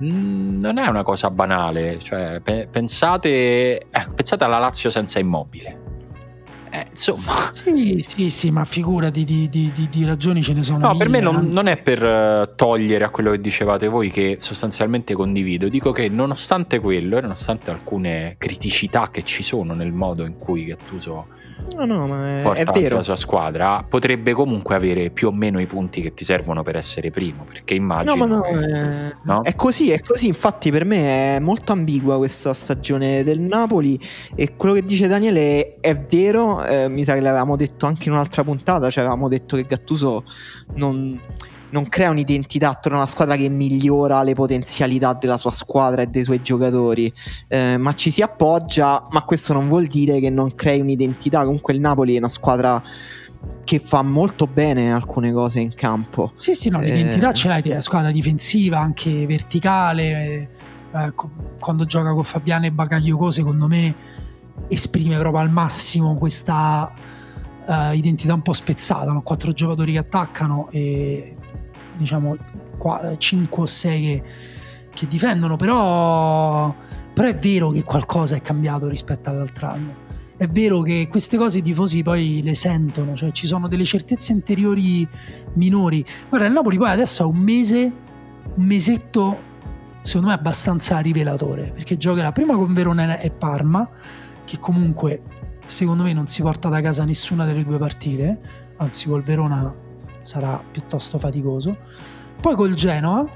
mh, non è una cosa banale, cioè pe- pensate eh, pensate alla Lazio senza Immobile. Eh, insomma, sì, sì, sì, ma figurati, di, di, di, di ragioni ce ne sono. No, per me non, anche. non è per uh, togliere a quello che dicevate voi, che sostanzialmente condivido. Dico che nonostante quello e nonostante alcune criticità che ci sono nel modo in cui Gattuso no, no, ma è, porta è avanti vero. la sua squadra, potrebbe comunque avere più o meno i punti che ti servono per essere primo, perché immagino No, ma no, che- è... no? è così, è così. Infatti per me è molto ambigua questa stagione del Napoli, e quello che dice Daniele è, è vero. Eh, mi sa che l'avevamo detto anche in un'altra puntata, cioè avevamo detto che Gattuso non, non crea un'identità attorno a una squadra che migliora le potenzialità della sua squadra e dei suoi giocatori, eh, ma ci si appoggia, ma questo non vuol dire che non crei un'identità. Comunque il Napoli è una squadra che fa molto bene alcune cose in campo. Sì, sì, no, Eh. l'identità ce l'hai, è squadra difensiva, anche verticale. Eh, co- quando gioca con Fabiano e Bakayoko, secondo me esprime proprio al massimo questa eh, identità un po' spezzata, no? Quattro giocatori che attaccano e diciamo qua, cinque o sei che, che difendono, però, però è vero che qualcosa è cambiato rispetto all'altro anno. È vero che queste cose i tifosi poi le sentono, cioè ci sono delle certezze interiori minori. Guarda, il Napoli poi adesso ha un mese, un mesetto secondo me abbastanza rivelatore, perché giocherà prima con Verona e Parma, che comunque secondo me non si porta da casa nessuna delle due partite, anzi col Verona sarà piuttosto faticoso, poi col Genoa,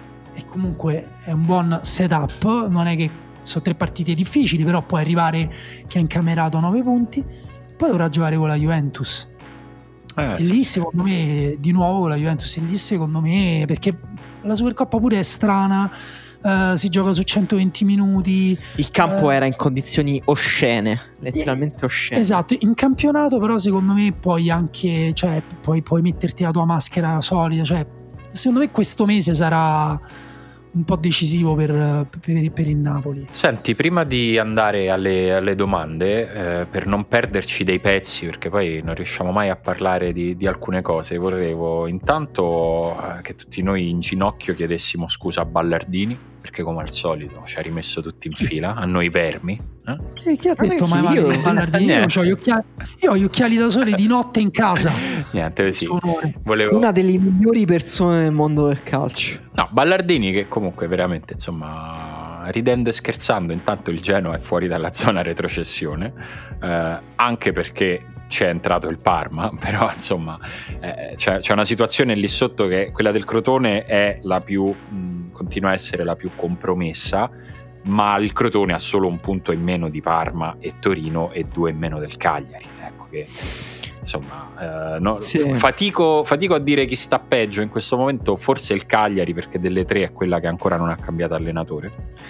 e comunque è un buon setup, non è che sono tre partite difficili, però può arrivare che ha incamerato nove punti, poi dovrà giocare con la Juventus. Eh, E lì secondo me, di nuovo con la Juventus, e lì secondo me, perché la Supercoppa pure è strana, uh, si gioca su centoventi minuti. Il campo uh, era in condizioni oscene, letteralmente oscene. Esatto, in campionato però secondo me puoi anche, cioè puoi, puoi metterti la tua maschera solida, cioè secondo me questo mese sarà un po' decisivo per, per, per il Napoli. Senti, prima di andare alle, alle domande, eh, per non perderci dei pezzi, perché poi non riusciamo mai a parlare di, di alcune cose, volevo intanto eh, che tutti noi in ginocchio chiedessimo scusa a Ballardini, perché come al solito ci ha rimesso tutti in fila, a noi vermi. Eh? Sì, chi ha detto mai male di Ballardini? Io, io, ho gli occhiali, io ho gli occhiali da sole di notte in casa. Niente, sì. Volevo... Una delle migliori persone del mondo del calcio. No, Ballardini che comunque veramente, insomma, ridendo e scherzando, intanto il Genoa è fuori dalla zona retrocessione, eh, anche perché c'è entrato il Parma, però insomma eh, c'è, c'è una situazione lì sotto che quella del Crotone è la più, mh, continua a essere la più compromessa, ma il Crotone ha solo un punto in meno di Parma e Torino e due in meno del Cagliari, ecco che insomma eh, no, sì. fatico, fatico a dire chi sta peggio in questo momento, forse il Cagliari, perché delle tre è quella che ancora non ha cambiato allenatore.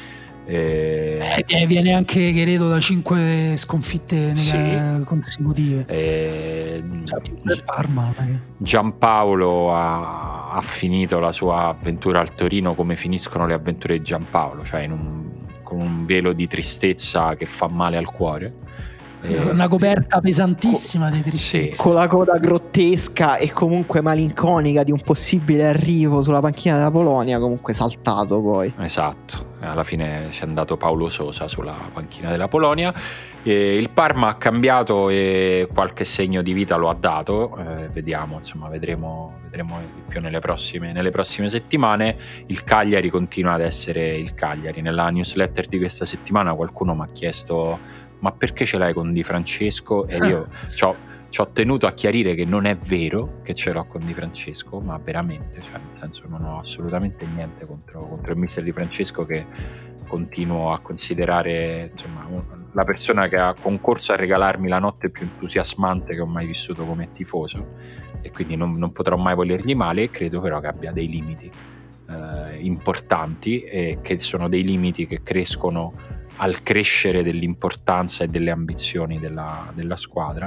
Eh, eh, viene anche credo da cinque sconfitte sì. consecutive. Eh, cioè, Parma, Giampaolo ha, ha finito la sua avventura al Torino come finiscono le avventure di Giampaolo, cioè in un, con un velo di tristezza che fa male al cuore. Una coperta pesantissima di tristezza, sì. Con la coda grottesca e comunque malinconica di un possibile arrivo sulla panchina della Polonia, comunque saltato poi. Esatto, alla fine c'è andato Paulo Sosa sulla panchina della Polonia. E il Parma ha cambiato e qualche segno di vita lo ha dato, eh, vediamo, insomma, vedremo, vedremo di più nelle prossime, nelle prossime settimane. Il Cagliari continua ad essere il Cagliari. Nella newsletter di questa settimana qualcuno mi ha chiesto: ma perché ce l'hai con Di Francesco? E io ci ho tenuto a chiarire che non è vero che ce l'ho con Di Francesco, ma veramente, cioè nel senso non ho assolutamente niente contro, contro il mister Di Francesco, che continuo a considerare insomma la persona che ha concorso a regalarmi la notte più entusiasmante che ho mai vissuto come tifoso, e quindi non, non potrò mai volergli male. Credo però che abbia dei limiti eh, importanti, e che sono dei limiti che crescono al crescere dell'importanza e delle ambizioni della, della squadra,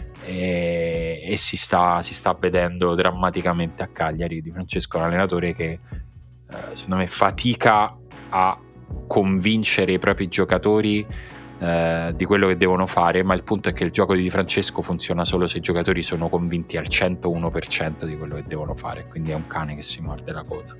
e, e si, sta, si sta vedendo drammaticamente a Cagliari. Di Francesco è un allenatore che eh, secondo me fatica a convincere i propri giocatori eh, di quello che devono fare, ma il punto è che il gioco di Di Francesco funziona solo se i giocatori sono convinti al centouno per cento di quello che devono fare, quindi è un cane che si morde la coda.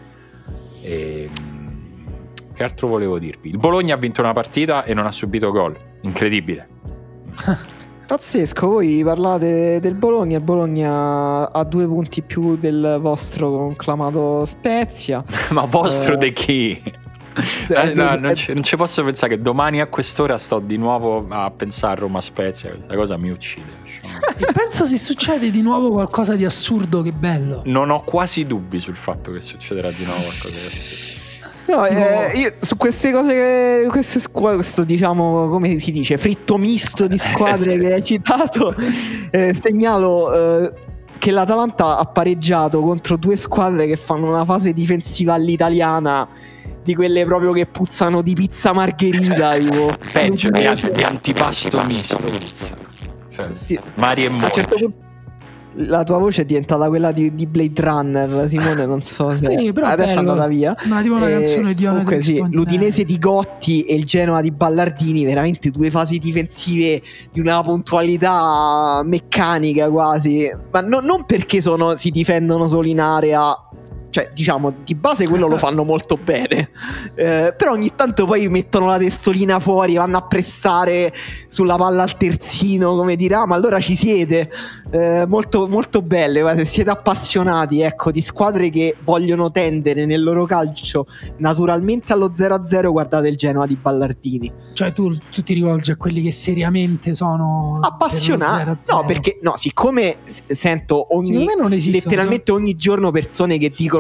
E, che altro volevo dirvi? Il Bologna ha vinto una partita e non ha subito gol. Incredibile. Pazzesco, voi parlate del Bologna. Il Bologna ha due punti più del vostro conclamato Spezia. Ma vostro eh, di chi? Eh, no, non, ci, non ci posso pensare che domani a quest'ora sto di nuovo a pensare a Roma Spezia. Questa cosa mi uccide. E pensa se succede di nuovo qualcosa di assurdo, che bello. Non ho quasi dubbi sul fatto che succederà di nuovo qualcosa di assurdo. No, eh, io su queste cose, queste squadre, questo diciamo, come si dice, fritto misto di squadre sì. che hai citato, eh, segnalo eh, che l'Atalanta ha pareggiato contro due squadre che fanno una fase difensiva all'italiana, di quelle proprio che puzzano di pizza margherita, tipo peggio di, di antipasto misto, cioè, sì. Mari e Mori. Certo punto, la tua voce è diventata quella di, di Blade Runner, Simone, non so se sì, però adesso è andata via. Ma tipo una canzone di comunque sì, l'Udinese di Gotti e il Genoa di Ballardini, veramente due fasi difensive di una puntualità meccanica quasi, ma no, non perché sono, si difendono solo in area, cioè diciamo di base quello lo fanno molto bene, eh, però ogni tanto poi mettono la testolina fuori, vanno a pressare sulla palla al terzino, come dire, ah, ma allora ci siete. Eh, molto, molto belle, guarda, se siete appassionati, ecco, di squadre che vogliono tendere nel loro calcio naturalmente allo zero a zero, guardate il Genoa di Ballardini. Cioè tu, tu ti rivolgi a quelli che seriamente sono appassionati? No, perché no, siccome sento ogni, letteralmente ogni giorno persone che dicono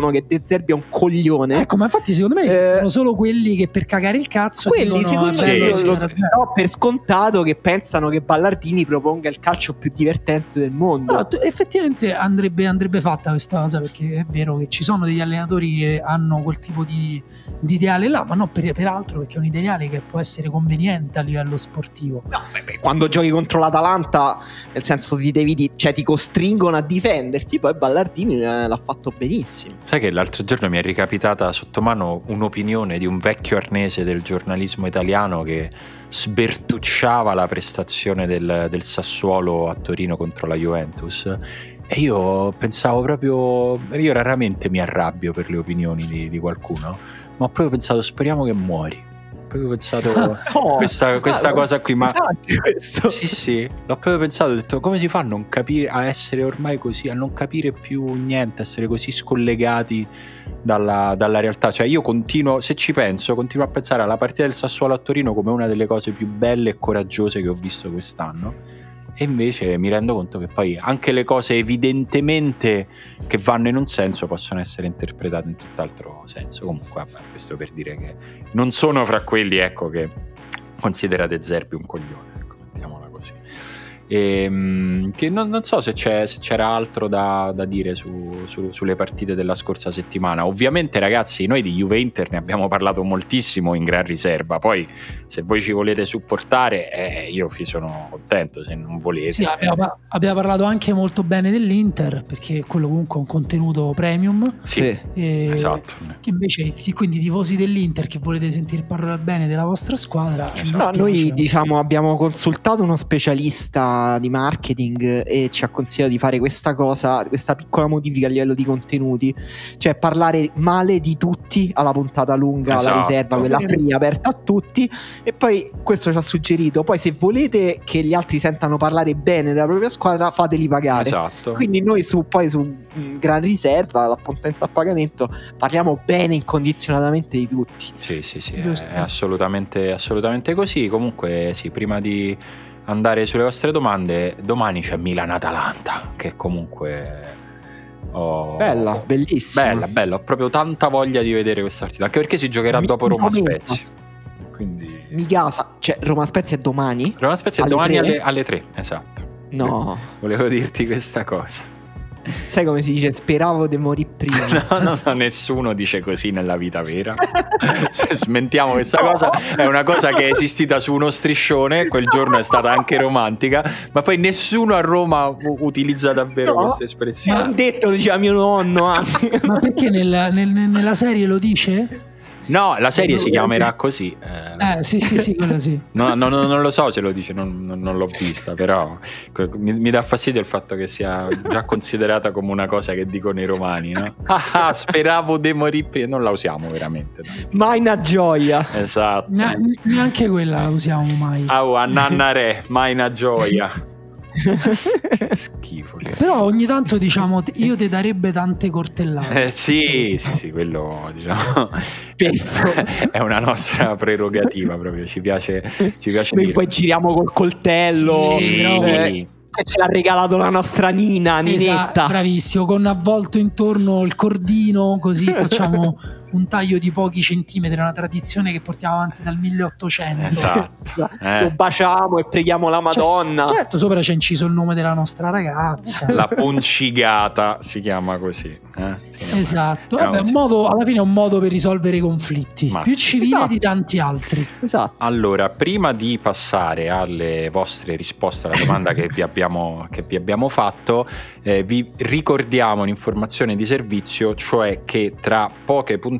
dicono che De Zerbi è un coglione. Ecco, ma infatti secondo me esistono eh, solo quelli che per cagare il cazzo quelli dicono, secondo me lo, lo do per scontato, che pensano che Ballardini proponga il calcio più divertente del mondo. No, effettivamente andrebbe, andrebbe fatta questa cosa, perché è vero che ci sono degli allenatori che hanno quel tipo di, di ideale là, ma non per, per altro, perché è un ideale che può essere conveniente a livello sportivo. No, beh, quando giochi contro l'Atalanta, nel senso ti devi di, cioè ti costringono a difenderti, poi Ballardini l'ha fatto benissimo. Sai che l'altro giorno mi è ricapitata sotto mano un'opinione di un vecchio arnese del giornalismo italiano che sbertucciava la prestazione del, del Sassuolo a Torino contro la Juventus, e io pensavo proprio, io raramente mi arrabbio per le opinioni di, di qualcuno, ma ho proprio pensato, speriamo che muori. Ho proprio pensato no, questa, questa no, cosa qui, ma esatto, sì sì, l'ho proprio pensato, ho detto come si fa a non capire, a essere ormai così, a non capire più niente, a essere così scollegati dalla, dalla realtà. Cioè io continuo, se ci penso, continuo a pensare alla partita del Sassuolo a Torino come una delle cose più belle e coraggiose che ho visto quest'anno, e invece mi rendo conto che poi anche le cose evidentemente che vanno in un senso possono essere interpretate in tutt'altro senso. Comunque vabbè, questo per dire che non sono fra quelli, ecco, che considera De Zerbi un coglione, ecco, mettiamola così. E, che non, non so se, c'è, se c'era altro da, da dire su, su, sulle partite della scorsa settimana. Ovviamente ragazzi, noi di Juve Inter ne abbiamo parlato moltissimo in gran riserva, poi se voi ci volete supportare eh, io vi sono contento, se non volete sì, abbiamo, eh. abbiamo parlato anche molto bene dell'Inter, perché quello comunque è un contenuto premium, sì, e, esatto, che invece quindi tifosi dell'Inter che volete sentire parlare bene della vostra squadra, esatto. No, noi diciamo abbiamo consultato uno specialista di marketing e ci ha consigliato di fare questa cosa, questa piccola modifica a livello di contenuti, cioè parlare male di tutti alla puntata lunga, esatto, alla riserva, quella free aperta a tutti, e poi questo ci ha suggerito, poi se volete che gli altri sentano parlare bene della propria squadra fateli pagare, esatto. Quindi noi su poi su mh, gran riserva, l'appuntamento a pagamento, parliamo bene incondizionatamente di tutti. Sì sì sì, è, è assolutamente, assolutamente così. Comunque sì, prima di andare sulle vostre domande, domani c'è Milan-Atalanta, che comunque oh, bella, bellissima, bella, bella, ho proprio tanta voglia di vedere questa partita, anche perché si giocherà Mi dopo Roma-Spezia, quindi mica, cioè Roma-Spezia è domani? Roma-Spezia è domani alle, alle tre, esatto. No, volevo dirti questa cosa. Sai come si dice? Speravo di morire prima. No, no, no, nessuno dice così nella vita vera. Se smentiamo questa no. cosa, è una cosa che è esistita su uno striscione, quel giorno è stata anche romantica, ma poi nessuno a Roma utilizza davvero no, questa espressione. Ma detto, lo diceva mio nonno anche. Ma perché nel, nel, nella serie lo dice? No, la serie si chiamerà così. Eh, eh sì, sì, sì, quello sì. No, no, no, non lo so se lo dice, non, non, non l'ho vista, però mi, mi dà fastidio il fatto che sia già considerata come una cosa che dicono i romani, no? Ah, speravo de morire prima, non la usiamo veramente. Dai. Mai una gioia. Esatto. Ne- neanche quella la usiamo mai. Ah, oh, a nanna re, mai una gioia. Schifo. Però ogni tanto diciamo io ti darebbe tante cortellate. Eh, sì, sì, sì, quello diciamo spesso è una nostra prerogativa proprio, ci piace, ci piace. Noi poi giriamo col coltello. Sì, eh, ce l'ha regalato la nostra Nina, Ninetta. Esatto, bravissimo, con avvolto intorno il cordino, così facciamo un taglio di pochi centimetri, una tradizione che portiamo avanti dal milleottocento. Esatto. Eh. Lo baciamo e preghiamo la Madonna. Cioè, certo, sopra c'è inciso il nome della nostra ragazza. La poncigata si chiama così. Eh? Si chiama esatto. Vabbè, un modo, alla fine è un modo per risolvere i conflitti. Ma più civile esatto. di tanti altri. Esatto. Allora, prima di passare alle vostre risposte alla domanda che vi abbiamo, che vi abbiamo fatto, eh, vi ricordiamo un'informazione di servizio, cioè che tra poche puntate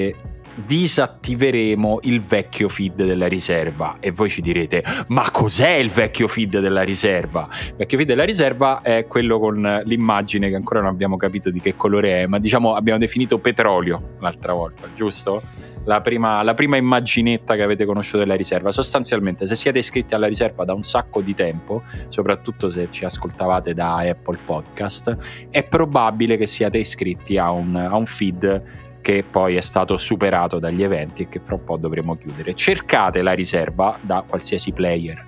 disattiveremo il vecchio feed della riserva. E voi ci direte: ma cos'è il vecchio feed della riserva? Il vecchio feed della riserva è quello con l'immagine che ancora non abbiamo capito di che colore è, ma diciamo abbiamo definito petrolio l'altra volta, giusto? La prima, la prima immaginetta che avete conosciuto della riserva. Sostanzialmente, se siete iscritti alla riserva da un sacco di tempo, soprattutto se ci ascoltavate da Apple Podcast, è probabile che siate iscritti a un, a un feed che poi è stato superato dagli eventi e che fra un po' dovremo chiudere. Cercate la riserva da qualsiasi player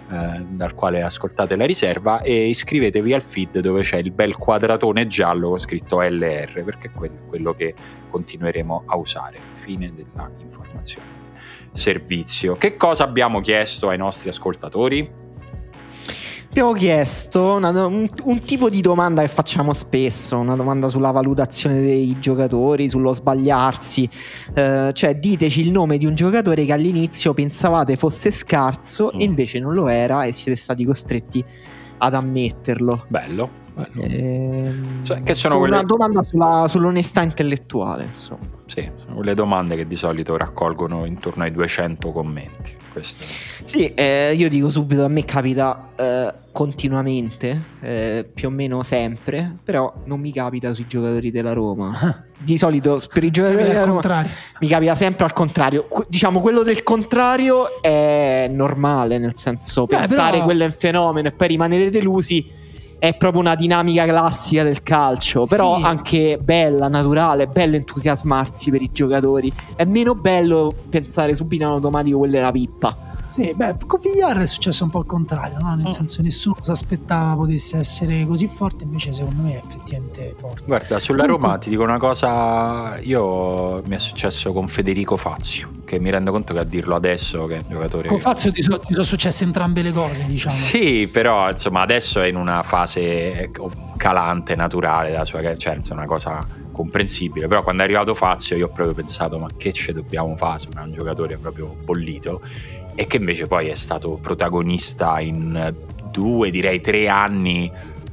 eh, dal quale ascoltate la riserva, e iscrivetevi al feed dove c'è il bel quadratone giallo con scritto L R, perché è quello, quello che continueremo a usare. Fine della informazione. Servizio. Che cosa abbiamo chiesto ai nostri ascoltatori? Abbiamo chiesto una, un, un tipo di domanda che facciamo spesso, una domanda sulla valutazione dei giocatori, sullo sbagliarsi, eh, cioè diteci il nome di un giocatore che all'inizio pensavate fosse scarso mm. e invece non lo era e siete stati costretti ad ammetterlo. Bello, bello. Ehm, cioè, che sono una quelle... domanda sulla, sull'onestà intellettuale, insomma. Sì, sono quelle domande che di solito raccolgono intorno ai duecento commenti. Questo... Sì, eh, io dico subito, a me capita eh, continuamente, eh, più o meno sempre, però non mi capita sui giocatori della Roma. Di solito per i giocatori della Roma contrario. Mi capita sempre al contrario. Qu- diciamo, quello del contrario è normale, nel senso, Beh, pensare però... quello è un fenomeno e poi rimanere delusi è proprio una dinamica classica del calcio, però sì. Anche bella, naturale, bello entusiasmarsi per i giocatori. È meno bello pensare subito in automatico quella è la pippa. Sì, beh, con Villar è successo un po' il contrario, no? Nel mm. senso, nessuno si aspettava potesse essere così forte, invece secondo me è effettivamente forte. Guarda, sulla Comunque... Roma ti dico una cosa, io mi è successo con Federico Fazio, che mi rendo conto che a dirlo adesso che è un giocatore... Con Fazio ti, so, ti sono successe entrambe le cose, diciamo. Sì, però insomma adesso è in una fase calante, naturale, la sua, cioè è una cosa comprensibile, però quando è arrivato Fazio io ho proprio pensato ma che ce dobbiamo fare, è un giocatore proprio bollito, e che invece poi è stato protagonista in due, direi tre anni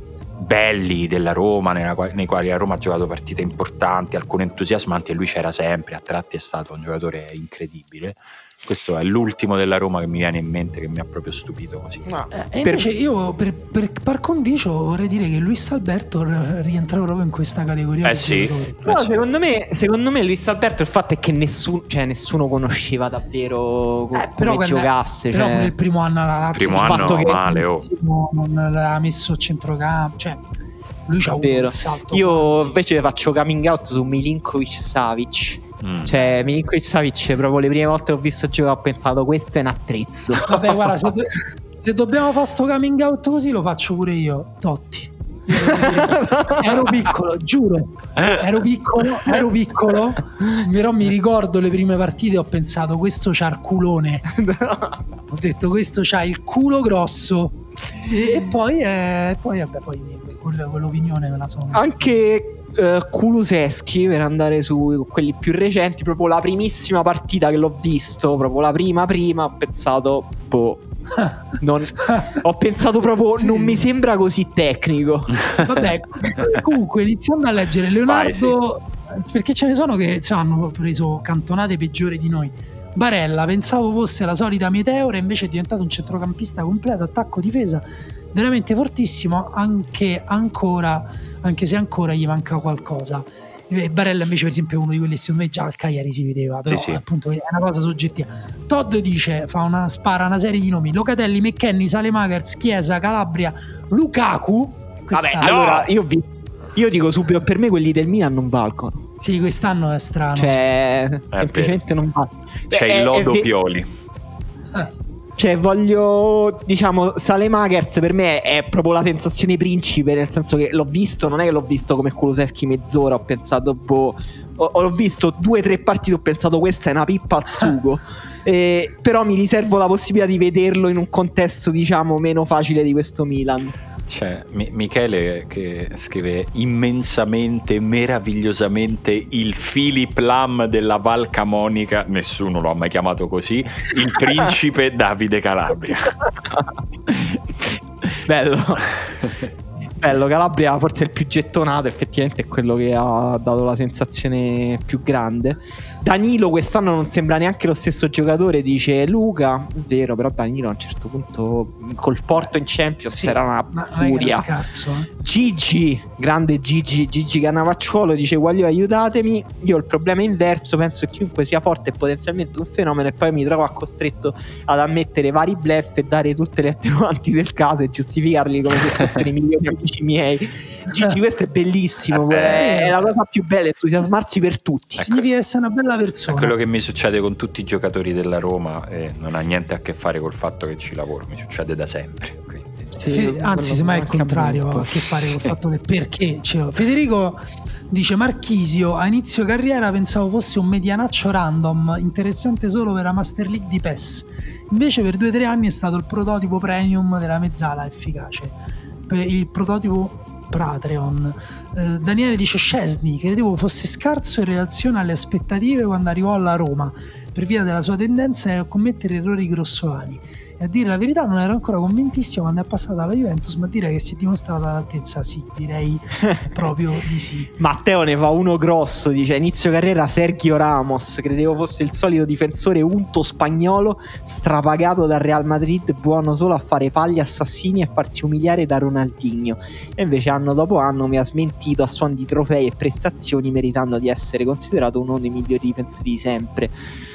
belli della Roma, nella, nei quali la Roma ha giocato partite importanti, alcune entusiasmanti, e lui c'era sempre, a tratti è stato un giocatore incredibile. Questo è l'ultimo della Roma che mi viene in mente, che mi ha proprio stupito così. No, e invece per... io per, per par condicio vorrei dire che Luis Alberto rientrava proprio in questa categoria. Eh sì, no, eh sì. Secondo me, secondo me Luis Alberto, il fatto è che nessuno, cioè nessuno conosceva davvero co- eh, però come giocasse. Però cioè... pure il primo anno alla Lazio, primo il anno fatto che male, oh. non l'ha messo a centrocampo, cioè lui c'ha avuto un salto. Io quanti. invece faccio coming out su Milinkovic-Savic. Mm. Cioè Milinkovic-Savic, proprio le prime volte che ho visto giocare ho pensato questo è un attrezzo. Vabbè, guarda, se, do- se dobbiamo fare sto coming out così lo faccio pure io. Totti. Io ero piccolo, giuro. Ero piccolo, ero piccolo, però mi ricordo le prime partite, ho pensato questo c'ha il culone. Ho detto questo c'ha il culo grosso. E, e poi eh, poi vabbè, poi quell'opinione me la sono. Anche Uh, Kulusevski, per andare su quelli più recenti, proprio la primissima partita che l'ho visto, proprio la prima prima, ho pensato boh, non, ho pensato proprio sì. Non mi sembra così tecnico. Vabbè, comunque iniziando a leggere Leonardo, Vai, sì. Perché ce ne sono che cioè, hanno preso cantonate peggiori di noi. Barella, pensavo fosse la solita meteora, invece è diventato un centrocampista completo, attacco, difesa, veramente fortissimo, anche ancora, anche se ancora gli manca qualcosa. Barella invece per esempio è uno di quelli, secondo me già al Cagliari si vedeva, però sì, sì. Appunto è una cosa soggettiva. Todd dice, fa una spara una serie di nomi: Locatelli, McKennie, Saelemaekers, Chiesa, Calabria, Lukaku. Vabbè, no. Allora io, vi, io dico subito, per me quelli del Milan non valgono. Sì, quest'anno è strano. Cioè, eh, semplicemente non valgono. C'è è, il lodo è, Pioli. Eh. Cioè voglio, diciamo, Saelemaekers per me è proprio la sensazione principe, nel senso che l'ho visto, non è che l'ho visto come Kulusevski mezz'ora, ho pensato boh, ho, ho visto due o tre partite, ho pensato questa è una pippa al sugo. eh, però mi riservo la possibilità di vederlo in un contesto, diciamo, meno facile di questo Milan. C'è Mi- Michele che scrive immensamente, meravigliosamente il Philip Lam della Val Camonica, nessuno lo ha mai chiamato così, il principe Davide Calabria. Bello. Bello, Calabria forse è il più gettonato, effettivamente è quello che ha dato la sensazione più grande. Danilo quest'anno non sembra neanche lo stesso giocatore, dice Luca. È vero, però Danilo a un certo punto col Porto in Champions sì, era una ma furia. Era scarso, eh? Gigi, grande Gigi, Gigi Cannavacciuolo dice voglio aiutatemi, io ho il problema inverso, penso che chiunque sia forte è potenzialmente un fenomeno e poi mi trovo costretto ad ammettere vari bluff e dare tutte le attenuanti del caso e giustificarli come se fossero i migliori amici amici miei. Gigi, questo è bellissimo, è, è la cosa più bella, entusiasmarsi per tutti. Ecco, significa essere una bella persona. È quello che mi succede con tutti i giocatori della Roma e non ha niente a che fare col fatto che ci lavoro, mi succede da sempre. Sì, anzi, semmai è il contrario, ha a che fare col fatto del perché ce l'ho. Federico dice: Marchisio a inizio carriera pensavo fosse un medianaccio random interessante solo per la Master League di P E S, invece per due o tre anni è stato il prototipo premium della mezzala efficace, per il prototipo Patreon. eh, Daniele dice: Szczesny credevo fosse scarso in relazione alle aspettative quando arrivò alla Roma per via della sua tendenza a commettere errori grossolani, e a dire la verità non ero ancora convintissimo quando è passato alla Juventus, ma direi che si è dimostrata all'altezza. Sì, direi proprio di sì. Matteo ne fa uno grosso, dice: inizio carriera Sergio Ramos, credevo fosse il solito difensore unto spagnolo strapagato dal Real Madrid, buono solo a fare falli assassini e farsi umiliare da Ronaldinho, e invece anno dopo anno mi ha smentito a suon di trofei e prestazioni, meritando di essere considerato uno dei migliori difensori di sempre.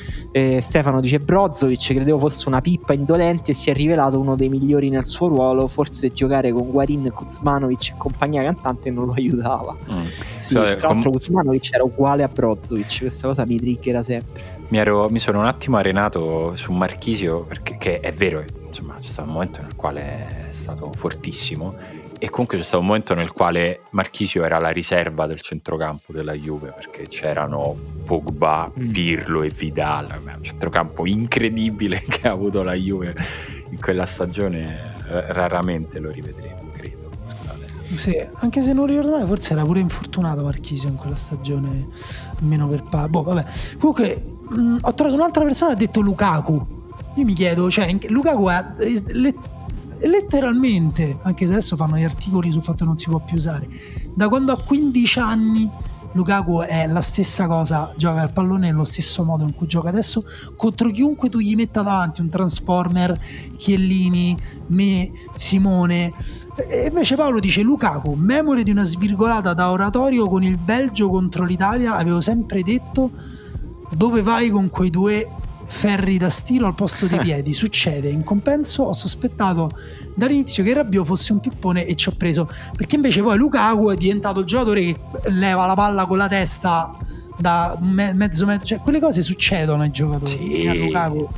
Eh, Stefano dice: Brozovic credevo fosse una pippa indolente e si è rivelato uno dei migliori nel suo ruolo, forse giocare con Guarin, Kuzmanovic e compagnia cantante non lo aiutava. mm. Sì, cioè, tra l'altro com- Kuzmanovic era uguale a Brozovic, questa cosa mi triggera sempre. Mi, ero, mi sono un attimo arenato su Marchisio, perché che è vero, insomma c'è stato un momento nel quale è stato fortissimo, e comunque c'è stato un momento nel quale Marchisio era la riserva del centrocampo della Juve, perché c'erano Pogba, Pirlo e Vidal, un centrocampo incredibile che ha avuto la Juve in quella stagione, raramente lo rivedremo, credo. Scusate. Sì, anche se non ricordo male, forse era pure infortunato Marchisio in quella stagione, almeno per pa- boh, vabbè. Comunque mh, ho trovato un'altra persona che ha detto Lukaku. Io mi chiedo, cioè Lukaku è le, letteralmente, anche se adesso fanno gli articoli sul fatto che non si può più usare, da quando ha quindici anni Lukaku è la stessa cosa, gioca il pallone nello stesso modo in cui gioca adesso, contro chiunque tu gli metta davanti, un Transformer, Chiellini, me, Simone. E invece Paolo dice: Lukaku, memore di una svirgolata da oratorio con il Belgio contro l'Italia, avevo sempre detto dove vai con quei due ferri da stiro al posto dei piedi. Succede. In compenso ho sospettato dall'inizio che Rabiot fosse un pippone e ci ho preso, perché invece poi Lukaku è diventato il giocatore che leva la palla con la testa da me- mezzo metro, cioè quelle cose succedono ai giocatori. Sì. A Lukaku.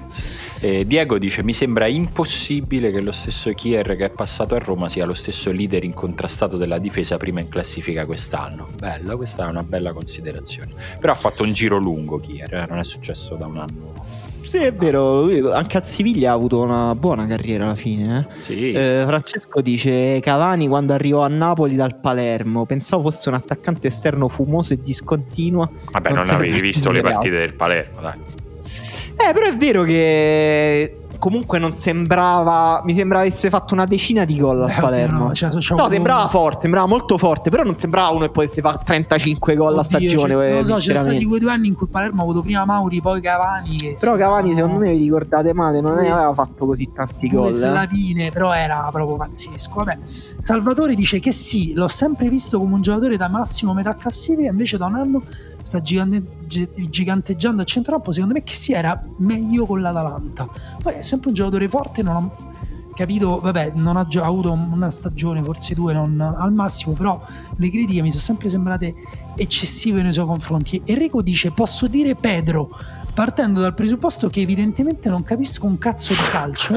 Eh, Diego dice: mi sembra impossibile che lo stesso Kier che è passato a Roma sia lo stesso leader incontrastato della difesa prima in classifica quest'anno. Bella, questa è una bella considerazione, però ha fatto un giro lungo Kier, eh? Non è successo da un anno. Sì, è vero, anche al Siviglia ha avuto una buona carriera alla fine, eh? Sì. Eh, Francesco dice: Cavani quando arrivò a Napoli dal Palermo pensavo fosse un attaccante esterno fumoso e discontinuo. Vabbè, non, non avevi visto le partite del Palermo, dai. Eh, però è vero che comunque non sembrava, mi sembrava avesse fatto una decina di gol al Beh, Palermo. no, cioè, no, sembrava forte, sembrava molto forte, però non sembrava uno che potesse fare trentacinque gol a stagione. Cioè, non lo so, c'erano stati quei due anni in cui il Palermo ha avuto prima Mauri, poi Cavani. Che però Cavani, no, secondo me, vi ricordate male, non due, aveva fatto così tanti due gol. slavine, eh. Però era proprio pazzesco. Vabbè, Salvatore dice che sì, l'ho sempre visto come un giocatore da massimo metà classifica, invece da un anno sta gigante, giganteggiando a centrocampo. Secondo me che sì, era meglio con l'Atalanta. Poi è sempre un giocatore forte, non ho capito, vabbè, non ha, gio- ha avuto una stagione, forse due, non al massimo, però le critiche mi sono sempre sembrate eccessive nei suoi confronti. Enrico dice: posso dire Pedro, partendo dal presupposto che evidentemente non capisco un cazzo di calcio.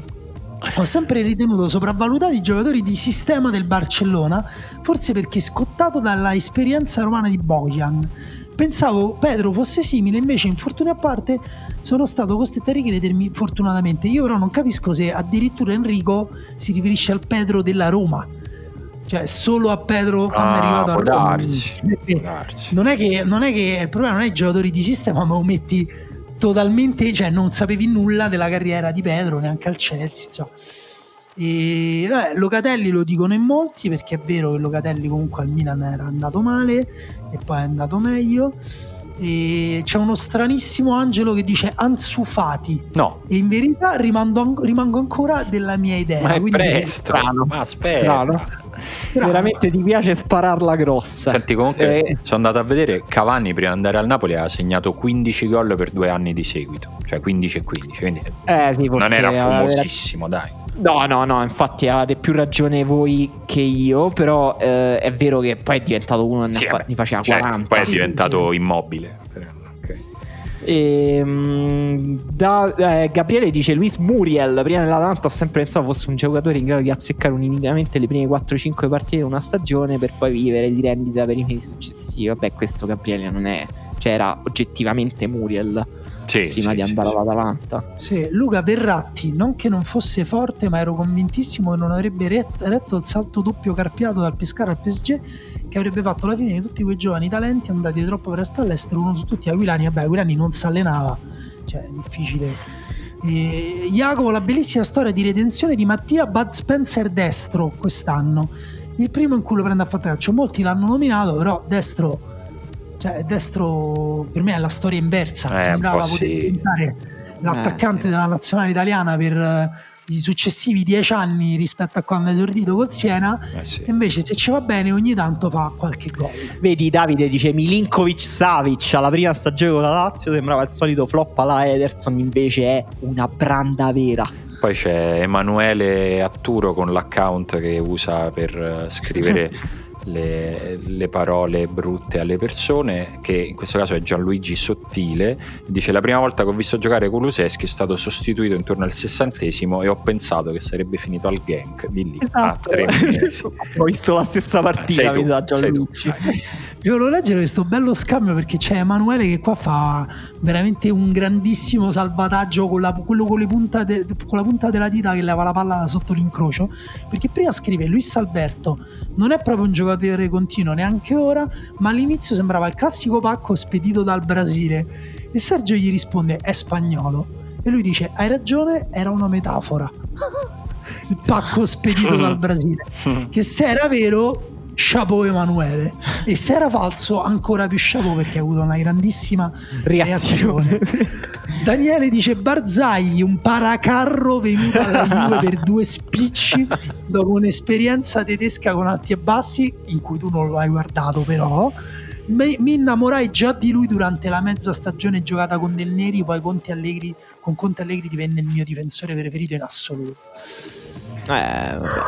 Ho sempre ritenuto sopravvalutati i giocatori di sistema del Barcellona, forse perché scottato dalla esperienza romana di Bojan. Pensavo Pedro fosse simile, invece infortuni a parte sono stato costretto a ricredermi fortunatamente. Io però non capisco se addirittura Enrico si riferisce al Pedro della Roma, cioè solo a Pedro quando ah, è arrivato a Roma. Darsi, darsi. Non è che, non è che il problema non è i giocatori di sistema, ma lo metti totalmente, cioè non sapevi nulla della carriera di Pedro neanche al Chelsea, insomma. E vabbè, Locatelli lo dicono in molti, perché è vero che Locatelli comunque al Milan era andato male e poi è andato meglio. E c'è uno stranissimo Angelo che dice Ansu Fati, no, e in verità rimango, rimango ancora della mia idea. Ma è quindi presto, strano, ma aspetta strano. Strano. Veramente ti piace spararla grossa. Senti, comunque Eh. sono andato a vedere, Cavani prima di andare al Napoli ha segnato quindici gol per due anni di seguito, cioè quindici e quindici, quindi Eh, sì, forse non era aveva- famosissimo, dai. No, no, no, infatti avete più ragione voi che io, però eh, è vero che poi è diventato uno che ne, Sì, fa- vabbè, ne faceva certo, quaranta. poi è Sì, diventato sì. immobile. Ok. E, mm, da, eh, Gabriele dice Luis Muriel prima dell'Atalanta ho sempre pensato fosse un giocatore in grado di azzeccare univocamente le prime quattro cinque partite di una stagione per poi vivere di rendita per i mesi successivi. Vabbè, questo Gabriele non è, cioè era oggettivamente Muriel Sì, prima sì, di sì, andare sì. all'Atalanta. Sì, Luca Verratti, non che non fosse forte, ma ero convintissimo che non avrebbe ret- retto il salto doppio carpiato dal Pescara al P S G, che avrebbe fatto la fine di tutti quei giovani talenti andati troppo presto all'estero, uno su tutti Aquilani. Vabbè, Aquilani non si allenava, cioè è difficile. E Jacopo, la bellissima storia di redenzione di Mattia Bud Spencer destro quest'anno, il primo in cui lo prende a fantacalcio. Molti l'hanno nominato, però destro, cioè destro per me è la storia inversa. Eh, Sembrava un po' poter sì. diventare l'attaccante Eh, sì. della nazionale italiana per eh, i successivi dieci anni rispetto a quando ha esordito col Siena. Eh, sì. E invece, se ci va bene, ogni tanto fa qualche gol. Vedi, Davide dice Milinkovic Savic alla prima stagione con la Lazio sembrava il solito flop alla Ederson, invece è una branda vera. Poi c'è Emanuele Atturo con l'account che usa per eh, scrivere le, le parole brutte alle persone, che in questo caso è Gianluigi Sottile. Dice: la prima volta che ho visto giocare Kulusevski è stato sostituito intorno al sessantesimo e ho pensato che sarebbe finito al Genk di lì a Esatto. tre mesi. Ho visto la stessa partita, Sei tu, mi sa sei tu, Gianluigi. dai. Io volevo leggere questo bello scambio perché c'è Emanuele che qua fa veramente un grandissimo salvataggio con la, quello con, le punta de- con la punta della dita che leva la palla da sotto l'incrocio, perché prima scrive Luis Alberto non è proprio un giocatore continuo neanche ora, ma all'inizio sembrava il classico pacco spedito dal Brasile, e Sergio gli risponde è spagnolo e lui dice hai ragione, era una metafora. Il pacco spedito dal Brasile, che se era vero chapeau Emanuele, e se era falso ancora più chapeau, perché ha avuto una grandissima Reazione. reazione. Daniele dice Barzagli, un paracarro venuto alla Juve per due spicci dopo un'esperienza tedesca con alti e bassi, in cui tu non lo hai guardato però. Mi, mi innamorai già di lui durante la mezza stagione giocata con Del Neri, poi Conte Allegri, con Conte Allegri divenne il mio difensore preferito in assoluto. Eh, vabbè.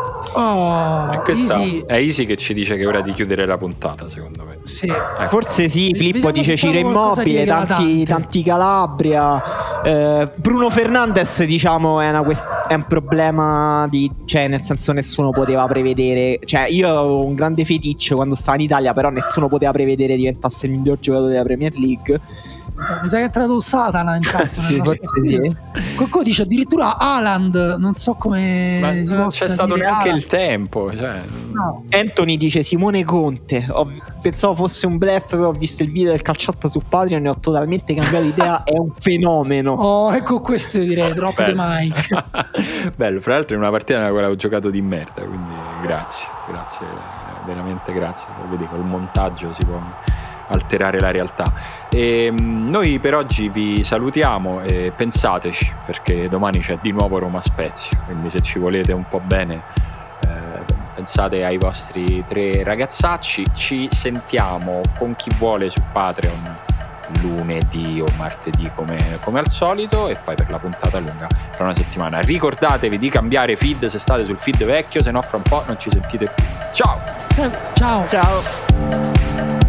Oh, E questa Easy. è Easy che ci dice che è ora di chiudere la puntata, secondo me. Sì. Ecco. Forse sì, Filippo Vediamo dice se Ciro trovo qualcosa di Immobile, tanti, eclatante. tanti Calabria. Eh, Bruno Fernandes, diciamo, è, una quest- è un problema di, cioè, nel senso, nessuno poteva prevedere. Cioè, io avevo un grande feticcio quando stavo in Italia, però nessuno poteva prevedere diventasse il miglior giocatore della Premier League. Mi sa che è entrato Satana intanto Sì, nel nostro forse studio. sì. Qualcuno dice addirittura Haaland, non so come Ma si non possa c'è stato dire neanche Haaland. il tempo, cioè. No. Anthony dice Simone Conte. Ho- pensavo fosse un bluff, poi ho visto il video del calciotto su Patreon e ho totalmente cambiato idea. È un fenomeno. Oh, ecco questo io direi drop the Bello. mic. Bello, fra l'altro in una partita nella quale ho giocato di merda, quindi grazie, grazie, veramente grazie. Vedi, col montaggio si può alterare la realtà. E, mh, noi per oggi vi salutiamo e pensateci, perché domani c'è di nuovo Roma Spezia, quindi se ci volete un po' bene eh, pensate ai vostri tre ragazzacci. Ci sentiamo con chi vuole su Patreon lunedì o martedì come, come al solito, e poi per la puntata lunga fra una settimana. Ricordatevi di cambiare feed se state sul feed vecchio, se no fra un po' non ci sentite più. Ciao! Ciao. Ciao.